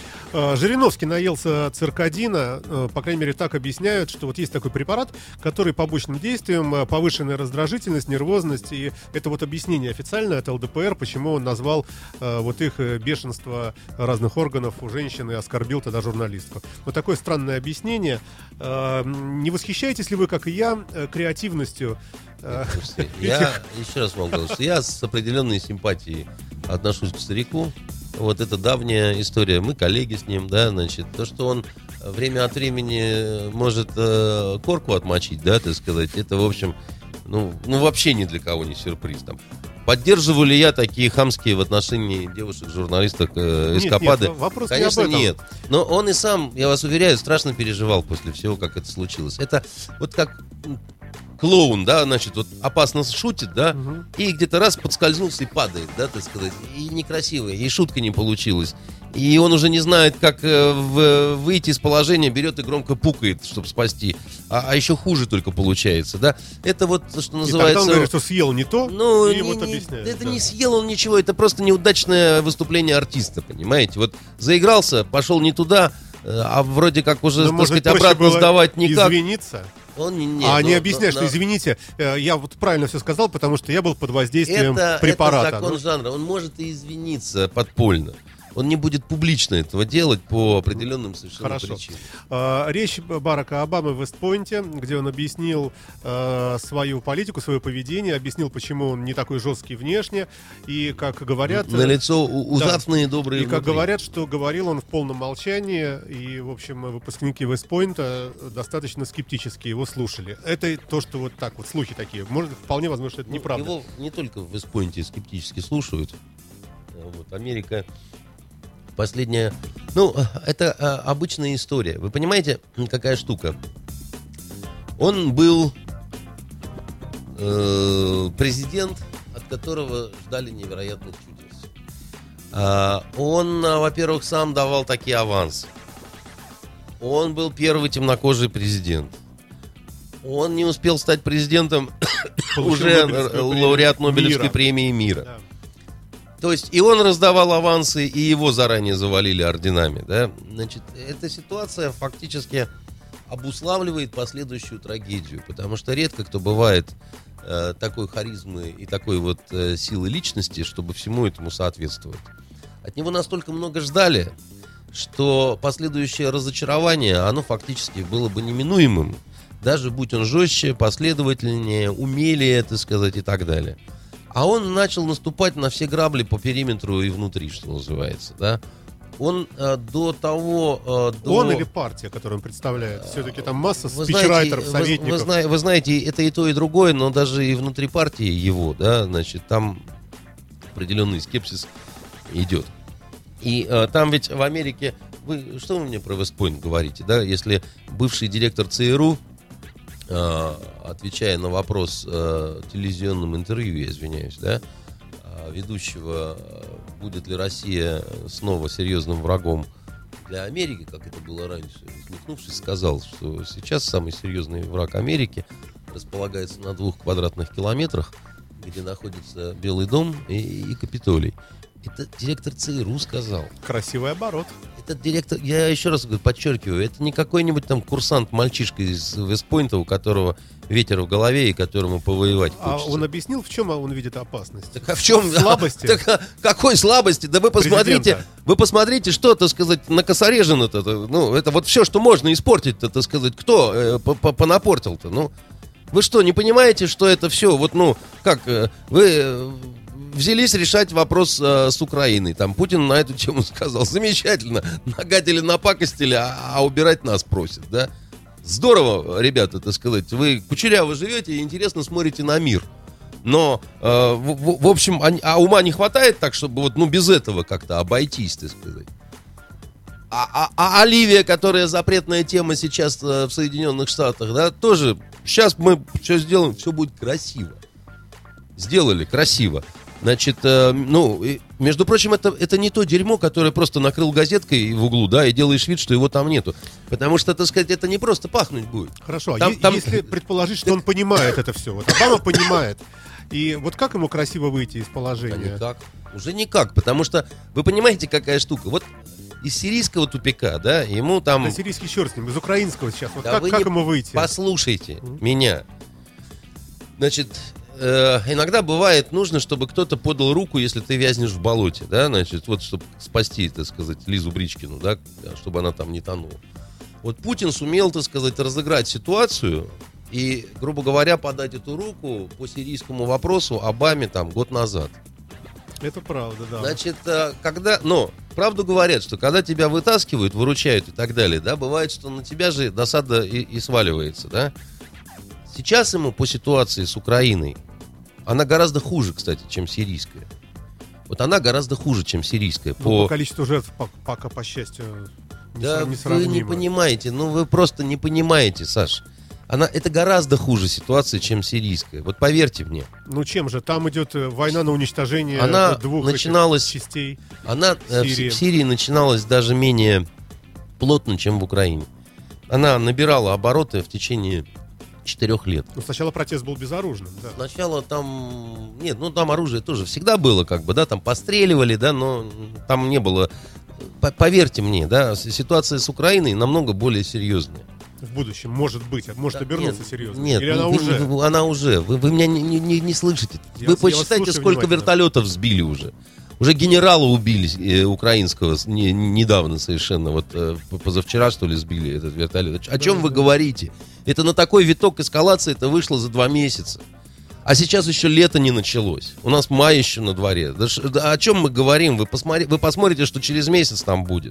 Э, Жириновский наелся циркадина, э, по крайней мере, так объясняют, что вот есть такой препарат, который побочным действием э, повышенная раздражительность, нервозность, и это вот объяснение официальное от эл дэ пэ эр, почему он назвал э, вот их э, бешенство разных органов у женщин и оскорбил тогда журналистку. Вот такое странное объяснение. Э, Не восхищаетесь ли вы, как и я, э, креативностью? э, Слушайте, я еще раз вам говорю, что я с определенной симпатией отношусь к старику. Вот это давняя история. Мы коллеги с ним, да, значит, то, что он время от времени может э, корку отмочить, да, так сказать, это, в общем, ну, ну, вообще ни для кого не сюрприз. Там. Поддерживаю ли я такие хамские в отношении девушек-журналисток э, Нет, эскапады? нет, вопрос не Конечно, об этом. нет. Но он и сам, я вас уверяю, страшно переживал после всего, как это случилось. Это вот как м, клоун, да, значит, вот опасно шутит, да, Мгм. и где-то раз подскользнулся и падает, да, так сказать, и некрасиво, и шутка не получилась. И он уже не знает, как э, в- выйти из положения, берет и громко пукает, чтобы спасти. А, а еще хуже только получается, да. Это вот, что И тогда называется... он говорит, что съел не то, Ну, и не- вот не- объясняет. это да. не съел он ничего, это просто неудачное выступление артиста, понимаете? Вот заигрался, пошел не туда, э, а вроде как уже, Ну, так может быть, сказать, проще обратно было сдавать никак. извиниться. Он не, не, а но- они объясняют, но- что, но- извините, э, я вот правильно все сказал, потому что я был под воздействием это, препарата. это закон Ну, жанра. Он может и извиниться подпольно. Он не будет публично этого делать по определенным совершенно Хорошо. причинам. э, Речь Барака Обамы в Вестпойнте, где он объяснил э, свою политику, свое поведение, объяснил, почему он не такой жесткий внешне, и, как говорят... На лицо у- да. ужасные добрые И, как внутри. говорят, что говорил он в полном молчании, и, в общем, выпускники Вестпойнта достаточно скептически его слушали. Это то, что вот так вот, слухи такие. Может, вполне возможно, что это Ну, неправда. Его не только в Вестпойнте скептически слушают. Вот, Америка последняя... Ну, это а, обычная история. Вы понимаете, какая штука? Он был э, президент, от которого ждали невероятных чудес. А, он, во-первых, сам давал такие авансы. Он был первый темнокожий президент. Он не успел стать президентом, уже лауреат Нобелевской мира. премии мира. Да. То есть и он раздавал авансы, и его заранее завалили орденами. Да? Значит, эта ситуация фактически обуславливает последующую трагедию, потому что редко кто бывает э, такой харизмы и такой вот э, силы личности, чтобы всему этому соответствовать. От него настолько много ждали, что последующее разочарование, оно фактически было бы неминуемым, даже будь он жестче, последовательнее, умелее, так сказать, и так далее. А он начал наступать на все грабли по периметру и внутри, что называется, да. Он э, до того... Э, до... Он или партия, которую он представляет? Все-таки там масса спичрайтеров, советников. Вы, вы, знаете, вы знаете, это и то, и другое, но даже и внутри партии его, да, значит, там определенный скепсис идет. И э, там ведь в Америке... Вы что вы мне про Вестпойнт говорите, да? Если бывший директор ЦРУ, э, отвечая на вопрос э, в телевизионном интервью, я извиняюсь, да, э, ведущего, будет ли Россия снова серьезным врагом для Америки, как это было раньше, усмехнувшись, сказал, что сейчас самый серьезный враг Америки располагается на двух квадратных километрах, где находится Белый дом и, и Капитолий. Это директор ЦРУ сказал. Красивый оборот. Этот директор, я еще раз говорю, подчеркиваю, это не какой-нибудь там курсант, мальчишка из Вестпойнта, у которого ветер в голове и которому повоевать хочется. А он объяснил, в чем он видит опасность? Так а в чем? Слабости? Так, а, какой слабости? Да вы посмотрите, Президента. вы посмотрите, что, так сказать, накосорежено-то. Ну, это вот все, что можно испортить-то, так сказать, кто э, понапортил-то? Ну, вы что, не понимаете, что это все? Вот, ну, как, э, вы... Э, взялись решать вопрос э, с Украиной. Там Путин на эту тему сказал: замечательно, нагадили, напакостили, а, а убирать нас просят, да? Здорово, ребята, так сказать. Вы кучеряво живете и интересно смотрите на мир. Но, э, в, в общем, а, а ума не хватает так, чтобы вот, ну, без этого как-то обойтись, так сказать. А, а, а Оливия, которая запретная тема сейчас э, в Соединенных Штатах, да, тоже сейчас мы все сделаем, все будет красиво. Сделали красиво. Значит, э, ну, и, между прочим, это, это не то дерьмо, которое просто накрыл газеткой в углу, да, и делаешь вид, что его там нету. Потому что, так сказать, это не просто пахнуть будет. Хорошо, там, е- там... если предположить, что он понимает это все. Вот Обама понимает. И вот как ему красиво выйти из положения? Да никак. Уже никак, потому что, вы понимаете, какая штука? Вот из сирийского тупика, да, ему там... Да сирийский черт с ним, из украинского сейчас. Вот да как, как не... ему выйти? Послушайте mm-hmm. меня. Значит... Иногда бывает нужно, чтобы кто-то подал руку, если ты вязнешь в болоте, да, значит, вот, чтобы спасти, так сказать, Лизу Бричкину, да, чтобы она там не тонула. Вот Путин сумел, так сказать, разыграть ситуацию и, грубо говоря, подать эту руку по сирийскому вопросу Обаме там год назад. Это правда, да. Значит, когда, но, правду говорят, что когда тебя вытаскивают, выручают и так далее, да, бывает, что на тебя же досада и, и сваливается, да. Сейчас ему по ситуации с Украиной, она гораздо хуже, кстати, чем сирийская. Вот она гораздо хуже, чем сирийская. Ну, по... по количеству жертв, пока, по счастью, да, вы не понимаете, ну вы просто не понимаете, Саш. Она, это гораздо хуже ситуация, чем сирийская. Вот поверьте мне. Ну чем же? Там идет война на уничтожение она двух начиналась, частей. Она Сирии. в Сирии начиналась даже менее плотно, чем в Украине. Она набирала обороты в течение... четырех лет. Ну, сначала протест был безоружным, да. Сначала там... Нет, ну там оружие тоже всегда было, как бы, да, там постреливали, да, но там не было... Поверьте мне, да, ситуация с Украиной намного более серьезная. В будущем, может быть, может да, обернуться нет, серьезно. Нет, Или она вы, уже? Вы, она уже. Вы, вы меня не, не, не слышите. Я, вы посчитайте, сколько вертолетов сбили уже. Уже генерала убили э, украинского не, недавно совершенно. Вот э, позавчера, что ли, сбили этот вертолет. О да, чем да. вы говорите? Это на такой виток эскалации это вышло за два месяца. А сейчас еще лето не началось. У нас май еще на дворе. Да, да, о чем мы говорим? Вы, посмотри, вы посмотрите, что через месяц там будет.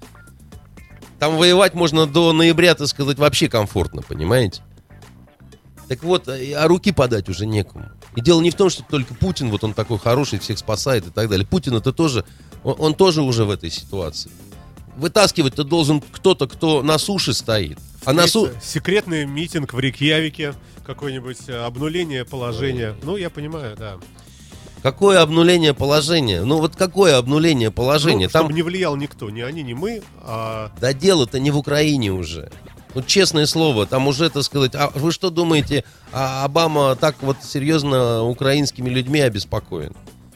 Там воевать можно до ноября, так сказать, вообще комфортно, понимаете? Так вот, а руки подать уже некому. И дело не в том, что только Путин, вот он такой хороший, всех спасает и так далее. Путин это тоже, он, он тоже уже в этой ситуации. Вытаскивать-то должен кто-то, кто на суше стоит. А на су... Секретный митинг в Рейкьявике, какое-нибудь обнуление положения. Ну, я понимаю, да. Какое обнуление положения? Ну вот какое обнуление положения? Ну, Там... чтобы не влиял никто, ни они, ни мы. А... Да дело-то не в Украине уже. Ну, честное слово, там уже, так сказать, а вы что думаете, а Обама так вот серьезно украинскими людьми обеспокоен?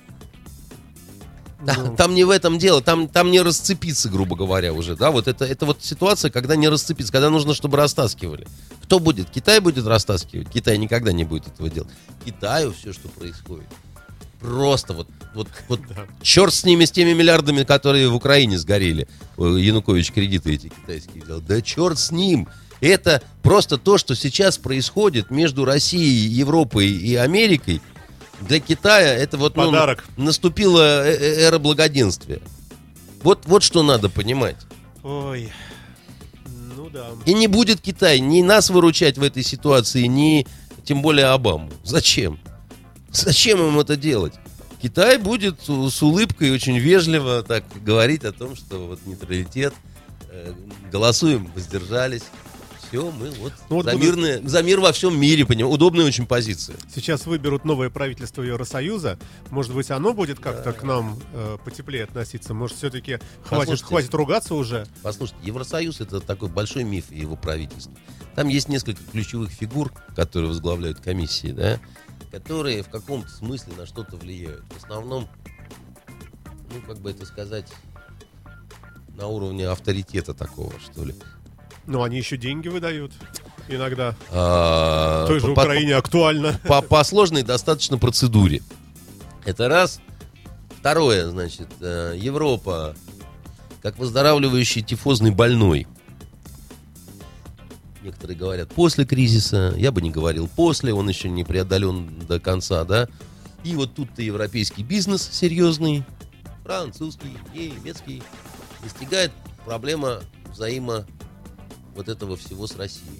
Ну... Там не в этом дело, там, там не расцепиться, грубо говоря, уже, да, вот это, это вот ситуация, когда не расцепиться, когда нужно, чтобы растаскивали. Кто будет? Китай будет растаскивать? Китай никогда не будет этого делать. Китаю все, что происходит, просто вот, вот, вот Да. черт с ними, с теми миллиардами, которые в Украине сгорели. Янукович кредиты эти китайские взял. Да черт с ним. Это просто то, что сейчас происходит между Россией, Европой и Америкой. Для Китая это вот ну, Подарок. наступила эра благоденствия. Вот, вот что надо понимать. Ой, ну да. И не будет Китай ни нас выручать в этой ситуации, ни тем более Обаму. Зачем? Зачем им это делать? Китай будет с улыбкой очень вежливо так говорить о том, что вот нейтралитет, э, голосуем, воздержались. Все, мы вот, Ну, вот за, будут- мирное- за мир во всем мире, понимаете, удобная очень позиция. Сейчас выберут новое правительство Евросоюза. Может быть, оно будет как-то к нам э, потеплее относиться. Может, все-таки хватит, Послушайте. хватит ругаться уже. Послушайте, Евросоюз — это такой большой миф и его правительство. Там есть несколько ключевых фигур, которые возглавляют комиссии, да, которые в каком-то смысле на что-то влияют. В основном, ну, как бы это сказать, на уровне авторитета такого, что ли. Но они еще деньги выдают иногда. А, В той же по- по- Украине актуально. По, по сложной достаточно процедуре. Это раз. Второе, значит, э, Европа как выздоравливающий тифозный больной. Некоторые говорят после кризиса, я бы не говорил после, он еще не преодолен до конца, да. И вот тут-то европейский бизнес серьезный, французский, немецкий, достигает проблема взаимо вот этого всего с Россией.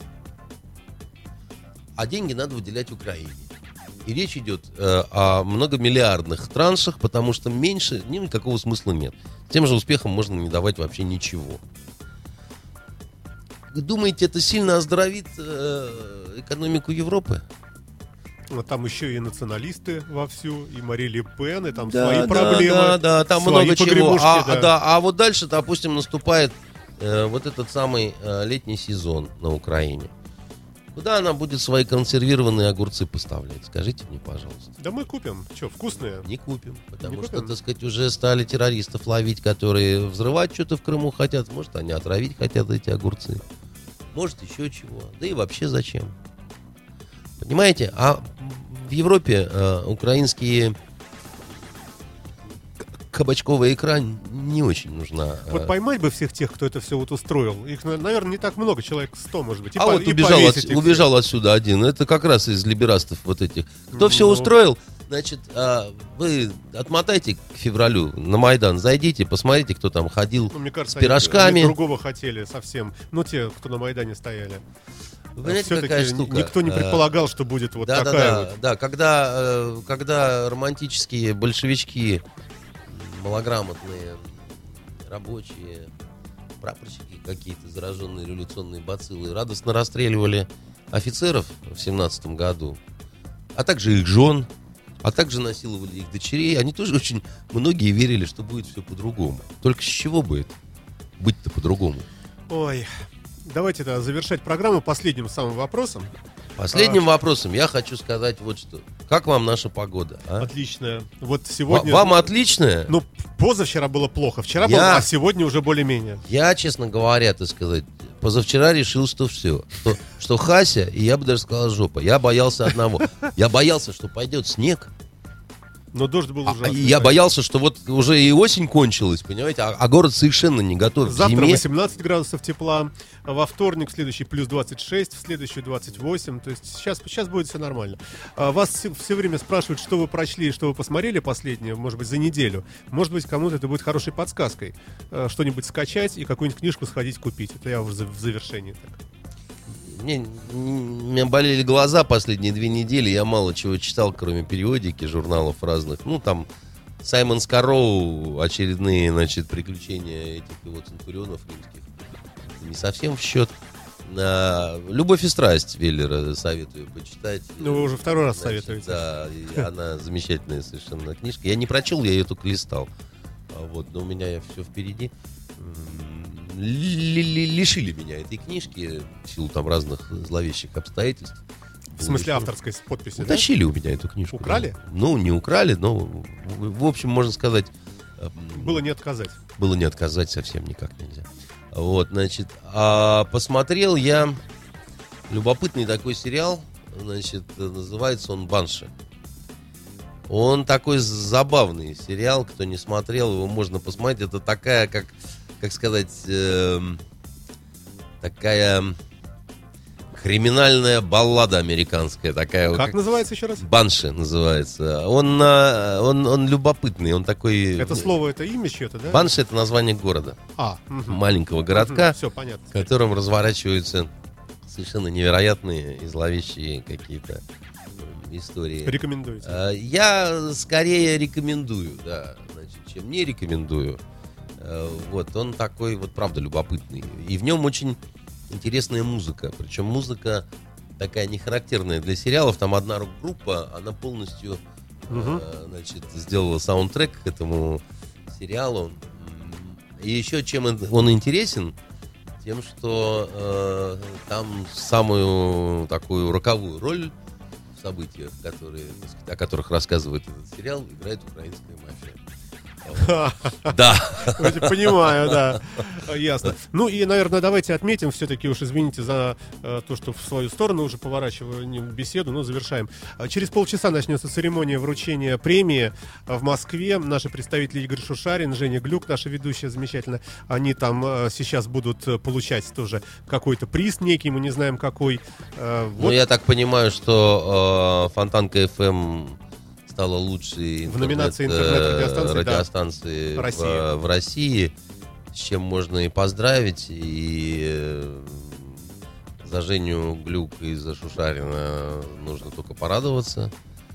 А деньги надо выделять Украине. И речь идет э, о многомиллиардных траншах, потому что меньше ну, никакого смысла нет. С тем же успехом можно не давать вообще ничего. Вы думаете, это сильно оздоровит э, экономику Европы? Вот там еще и националисты вовсю, и Мари Ле Пен, и там Да, свои да, проблемы. Да, да, там свои много чего. погремушки, А, да. да, а вот дальше, допустим, наступает э, вот этот самый э, летний сезон на Украине. Куда она будет свои консервированные огурцы поставлять? Скажите мне, пожалуйста. Да мы купим. Что, вкусные? Не купим, потому Не что, купим? так сказать, уже стали террористов ловить, которые взрывать что-то в Крыму хотят. Может, они отравить хотят эти огурцы. Может, еще чего. Да и вообще зачем? Понимаете? А в Европе э, украинские кабачковая икра не очень нужна. Вот поймать бы всех тех, кто это все вот устроил. Их, наверное, не так много, человек сто, может быть. И а по- вот и убежал, от- повесить их убежал отсюда один. Это как раз из либерастов вот этих. Кто все Ну. устроил, значит, а, вы отмотайте к февралю на Майдан, зайдите, посмотрите, кто там ходил Ну, мне кажется, с они- пирожками. они другого хотели совсем. Ну, те, кто на Майдане стояли. Вы знаете, Все-таки какая штука? никто не А, предполагал, что будет вот да, такая да, вот. да, да, когда, э, когда романтические большевички, малограмотные рабочие, прапорщики какие-то, зараженные революционные бациллы, радостно расстреливали офицеров в семнадцатом году, а также их жен, а также насиловали их дочерей, они тоже очень многие верили, что будет все по-другому. Только с чего будет быть-то по-другому? Ой, давайте да, завершать программу последним самым вопросом. Последним вопросом я хочу сказать вот что. Как вам наша погода? А? Отлично. Вот Ва- сегодня... Вам отличная? Ну, позавчера было плохо, вчера Я- было, а сегодня уже более-менее. Я, честно говоря, так сказать, позавчера решил, что все. Что, что Хася, и я бы даже сказал жопа. Я боялся одного. Я боялся, что пойдет снег. Но дождь был А, ужасный. и я боялся, что вот уже и осень кончилась, понимаете, а, а город совершенно не готов к Завтра зиме. восемнадцать градусов тепла, а во вторник следующий плюс двадцать шесть, в следующий двадцать восемь. То есть сейчас, сейчас будет все нормально. А вас все, все время спрашивают, что вы прочли, что вы посмотрели последнее, может быть, за неделю. Может быть, кому-то это будет хорошей подсказкой. А, что-нибудь скачать и какую-нибудь книжку сходить купить. Это я уже в завершении. Так. Мне, у меня болели глаза последние две недели, я мало чего читал, кроме периодики, журналов разных. Ну, там, Саймон Скароу, очередные, значит, приключения этих его центурионов римских. Это не совсем в счет. А, «Любовь и страсть» Веллера советую почитать. Ну, вы уже второй раз Значит, советуете. Да, и она замечательная совершенно книжка. Я не прочел, я ее только листал. А вот, но у меня все впереди. М, ли- ли- Лишили меня этой книжки в силу там разных зловещих обстоятельств. В смысле Лишили. авторской с подписью, да? Утащили у меня эту книжку. Украли? Да. Ну, не украли, но, в в общем, можно сказать, м, Было не отказать. было не отказать совсем никак нельзя. Вот, значит, а посмотрел я любопытный такой сериал, значит, называется он «Банши». Он такой забавный сериал, кто не смотрел, его можно посмотреть. Это такая, как, как сказать, эм, такая криминальная баллада американская, такая вот. Как называется еще раз? «Банши» называется. Он, а, он, он любопытный, он такой. Это слово, это имя чье-то, да? Банши — это название города, А, мгм. маленького городка, Все, понятно. в котором разворачиваются совершенно невероятные и зловещие какие-то м, истории. Рекомендуете. А, Я скорее рекомендую, да, значит, чем не рекомендую. А, Вот, он такой вот, правда, любопытный. И в нем очень интересная музыка. Причем музыка такая не характерная для сериалов. Там одна рок-группа, она полностью Мгм. а, значит, сделала саундтрек к этому сериалу. И еще чем он он интересен, тем, что э, там самую такую роковую роль в событиях, которые, так сказать, о которых рассказывает этот сериал, играет украинская мафия. Да. Вроде понимаю, да. Ясно. Ну и, наверное, давайте отметим, все-таки уж извините за э, то, что в свою сторону уже поворачиваю не беседу, но завершаем. А Через полчаса начнется церемония вручения премии э, в Москве. Наши представители Игорь Шушарин, Женя Глюк, наша ведущая замечательно, они там э, сейчас будут э, получать тоже какой-то приз некий, мы не знаем какой. Э, Ну, вот. я так понимаю, что э, Фонтанка эф эм стала лучшей В номинации интернет, э, интернет-радиостанции, да. радиостанции в, России. в России, с чем можно и поздравить, и э, за Женю Глюк и за Шушарина нужно только порадоваться,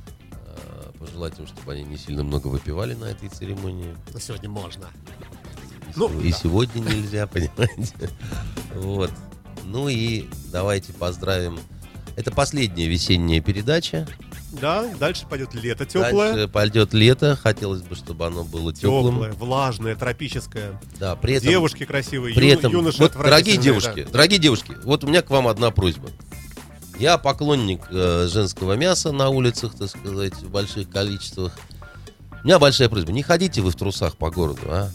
э, пожелать им, чтобы они не сильно много выпивали на этой церемонии. Сегодня можно. И, Ну, сего- и да. сегодня нельзя, понимаете. Вот. Ну и давайте поздравим. Это последняя весенняя передача. Да, дальше пойдет лето теплое. Дальше пойдет лето. Хотелось бы, чтобы оно было теплым. Теплое, влажное, тропическое. Да, при этом, Девушки красивые, при ю- этом юноши вот, дорогие отвратительные, девушки, да. дорогие девушки, вот у меня к вам одна просьба. Я поклонник э, женского мяса на улицах, так сказать, в больших количествах. У меня большая просьба. Не ходите вы в трусах по городу, а?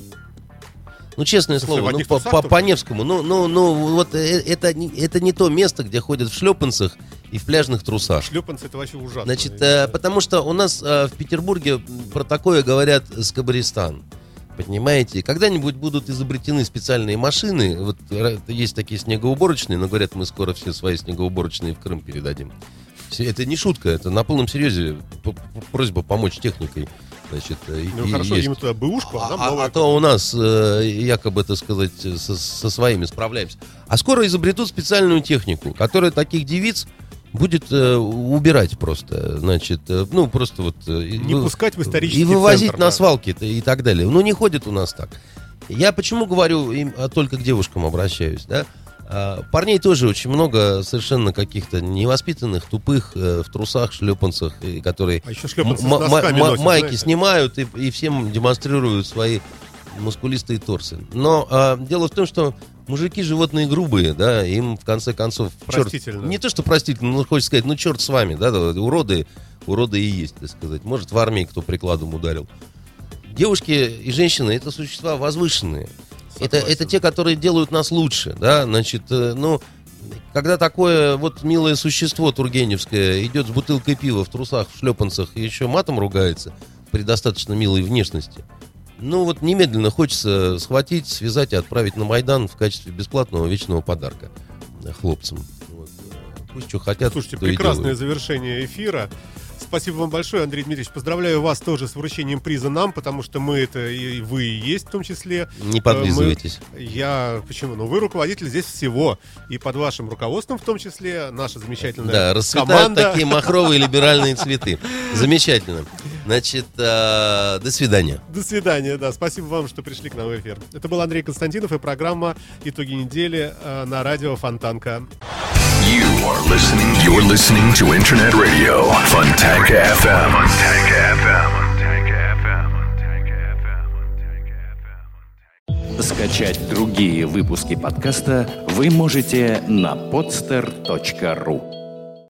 Ну, честное В смысле, слово, в ну, одних по, трусах по, только? по Невскому, ну, ну, ну, вот э, это, не- это не то место, где ходят в шлепанцах и в пляжных трусах. Шлепанцы — это вообще ужасно. Значит, э, потому что у нас э, в Петербурге про такое говорят скабаристан. Понимаете? Когда-нибудь будут изобретены специальные машины. Вот э, есть такие снегоуборочные, но говорят, мы скоро все свои снегоуборочные в Крым передадим. Все- Это не шутка, это на полном серьезе п- п- просьба помочь техникой. Значит, э, Ну и- хорошо, есть. им туда бэушку, а, А, нам а- новое. а то у нас, э, якобы, так сказать, со, со своими справляемся. А скоро изобретут специальную технику, которая таких девиц будет э, убирать просто. Значит, э, ну, просто вот... э, и Не вы- пускать в исторический И вывозить центр, на да. свалки и так далее. Ну, не ходит у нас так. Я почему говорю, им, а только к девушкам обращаюсь, да? А, парней тоже очень много совершенно каких-то невоспитанных, тупых, э, в трусах, шлепанцах, и которые А еще шлепанцы с м- м- носками м- носят, майки знаете. снимают и, и всем демонстрируют свои мускулистые торсы. Но а, дело в том, что мужики животные грубые, да, им в конце концов чёрт- Простительно. не то что простительно, но хочется сказать, ну черт с вами, да, да, уроды, уроды и есть, так сказать. Может, в армии кто прикладом ударил. Девушки и женщины — это существа возвышенные. Это, Согласен. это те, которые делают нас лучше, да, значит, э, ну, когда такое вот милое существо тургеневское идет с бутылкой пива в трусах, в шлепанцах и еще матом ругается при достаточно милой внешности, ну вот немедленно хочется схватить, связать и отправить на Майдан в качестве бесплатного вечного подарка э, хлопцам. Вот, э, пусть что хотят, Слушайте, то и прекрасное делают. завершение эфира. спасибо вам большое, Андрей Дмитриевич. Поздравляю вас тоже с вручением приза нам, потому что мы это и вы и есть в том числе. Не подлизывайтесь. Мы, я, почему? Ну, вы руководитель здесь всего. И под вашим руководством в том числе наша замечательная да, расцветают команда. Такие махровые либеральные цветы. Замечательно. Значит, э, до свидания. До свидания, да. Спасибо вам, что пришли к нам в эфир. Это был Андрей Константинов и программа «Итоги недели» э, на радио Фонтанка. You are listening, you're listening to Internet Radio, Fontanka эф эм. Fontanka эф эм. Скачать другие выпуски подкаста вы можете на podster точка ру.